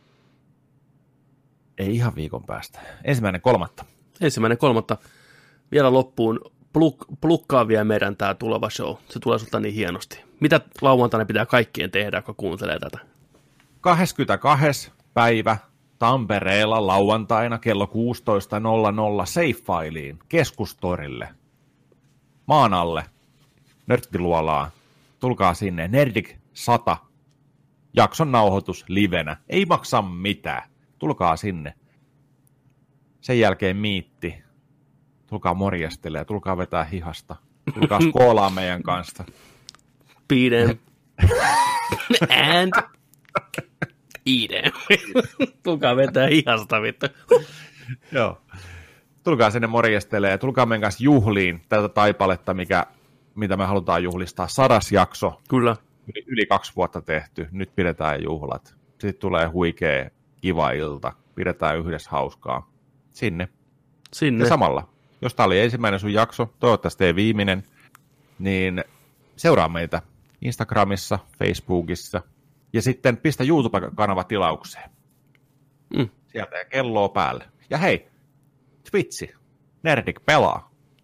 Ei ihan viikon päästä. Ensimmäinen kolmatta. Ensimmäinen kolmatta. Vielä loppuun. Pluk, plukkaa vielä meidän tämä tuleva show. Se tulee sulta niin hienosti. Mitä lauantaina pitää kaikkien tehdä, kun kuuntelee tätä? kahdeskymmenestoinen päivä Tampereella lauantaina kello kuusitoista nolla nolla Safe-failiin keskustorille. Maan alle. Nörttiluolaa. Tulkaa sinne. Nerdik sata. Jakson nauhoitus livenä. Ei maksa mitään. Tulkaa sinne. Sen jälkeen miitti. Tulkaa morjastelemaan. Tulkaa vetää hihasta. Tulkaa skoolaa meidän kanssa. Pidem. And Idem. Tulkaa vetää hihasta, vittu. Joo. Tulkaa sinne morjastelemaan. Tulkaa meidän kanssa juhliin tätä taipaletta, mikä, mitä me halutaan juhlistaa. Sadas jakso. Kyllä. Yli, yli kaksi vuotta tehty. Nyt pidetään juhlat. Sitten tulee huikea, kiva ilta. Pidetään yhdessä hauskaa. Sinne. Sinne. Ja samalla, jos tämä oli ensimmäinen sun jakso, toivottavasti ei viimeinen, niin seuraa meitä Instagramissa, Facebookissa ja sitten pistä YouTube-kanava tilaukseen. Mm. Sieltä ja kelloa päälle. Ja hei, Twitchi, Nerdik pelaa.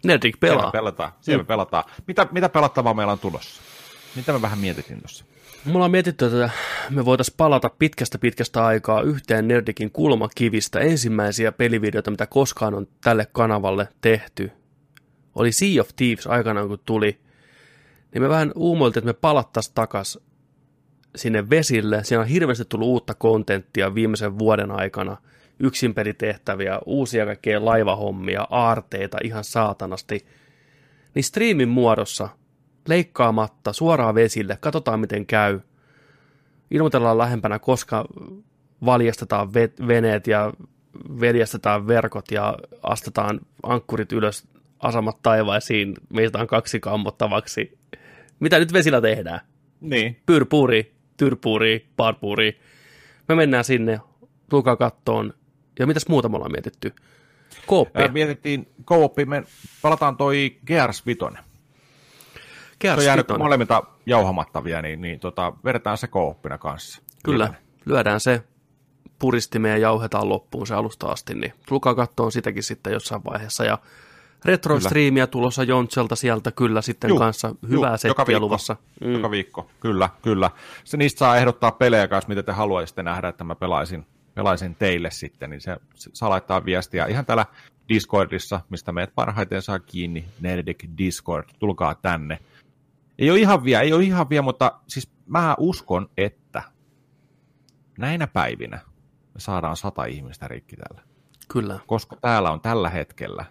Nerdik pelaa. Siellä pelataan. Siellä mm. pelataan. Mitä, mitä pelattavaa meillä on tulossa? Mitä me vähän mietittiin tuossa? Mulla on mietitty, että me voitaisiin palata pitkästä pitkästä aikaa yhteen Nerdikin kulmakivistä. Ensimmäisiä pelivideoita, mitä koskaan on tälle kanavalle tehty, oli Sea of Thieves aikanaan, kun tuli. Niin me vähän uumoiltiin, että me palattaisiin takaisin sinne vesille. Siinä on hirveästi tullut uutta kontenttia viimeisen vuoden aikana. Yksinpelitehtäviä, uusia kaikkea laivahommia, aarteita ihan saatanasti. Niin striimin muodossa, leikkaamatta, suoraan vesille, katsotaan miten käy. Ilmoitellaan lähempänä, koska valjastetaan veneet ja veljestetaan verkot ja astetaan ankkurit ylös, asemat taivaisiin, meistä on kaksi kammottavaksi. Mitä nyt vesillä tehdään? Niin. Pyrpuri, tyrpuri, parpuri. Me mennään sinne, tulkaa kattoon. Ja mitäs muuta me ollaan mietitty? Kooppia. Mietittiin kooppi, me palataan toi Gears viisi. Se on jäänyt molemmilta jauhamattavia, niin, niin tota, vedetään se kooppina kanssa. Kyllä, lyödään se puristimeen ja jauhetaan loppuun se alusta asti, niin tulkaa kattoon sitäkin sitten jossain vaiheessa. Ja retrostriimiä tulossa Jontselta sieltä kyllä sitten Juh, kanssa hyvää settiä luvassa. Mm. Joka viikko, kyllä, kyllä. Se niistä saa ehdottaa pelejä kanssa, mitä te haluaisitte nähdä, että mä pelaisin, pelaisin teille sitten, niin se, se saa laittaa viestiä ihan täällä Discordissa, mistä meidät parhaiten saa kiinni, Nerdik Discord, tulkaa tänne. Ei ole ihan vielä, ei ole ihan vielä, mutta siis mä uskon, että näinä päivinä me saadaan sata ihmistä rikki tällä. Kyllä. Koska täällä on tällä hetkellä,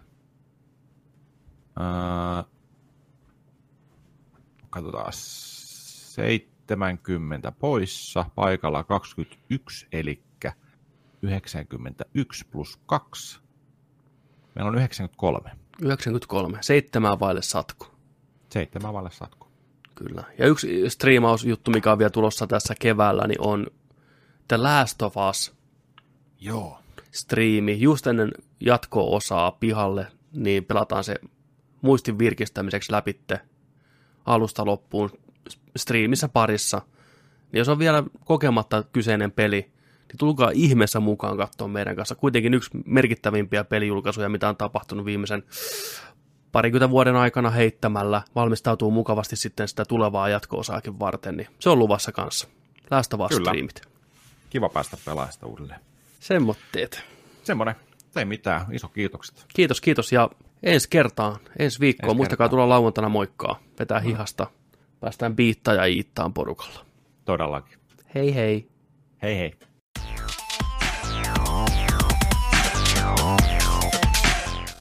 ää, katsotaan, seitsemänkymmentä poissa, paikalla kaksikymmentäyksi, eli yhdeksänkymmentäyksi plus kaksi. Meillä on yhdeksänkymmentäkolme. yhdeksänkymmentäkolme, seitsemän vaille satku. Seitsemän vaille satku. Kyllä. Ja yksi striimausjuttu, mikä on vielä tulossa tässä keväällä, niin on The Last of Us. Joo. Striimi. Just ennen jatko-osaa pihalle, niin pelataan se muistin virkistämiseksi läpitte alusta loppuun striimissä parissa. Niin jos on vielä kokematta kyseinen peli, niin tulkaa ihmeessä mukaan katsoa meidän kanssa. Kuitenkin yksi merkittävimpiä pelijulkaisuja, mitä on tapahtunut viimeisen parikymmentä vuoden aikana heittämällä, valmistautuu mukavasti sitten sitä tulevaa jatko-osaakin varten, niin se on luvassa kanssa. Last of Us striimit. Kiva päästä pelaajasta uudelleen. Semmoitteet. Semmoinen. Ei mitään. Iso kiitokset. Kiitos, kiitos. Ja ensi kertaan, ensi viikkoon. Ensi Muistakaa kertaan. Tulla lauantaina moikkaa. Vetää no. hihasta. Päästään biittaa ja iittaan porukalla. Todellakin. Hei hei. Hei hei.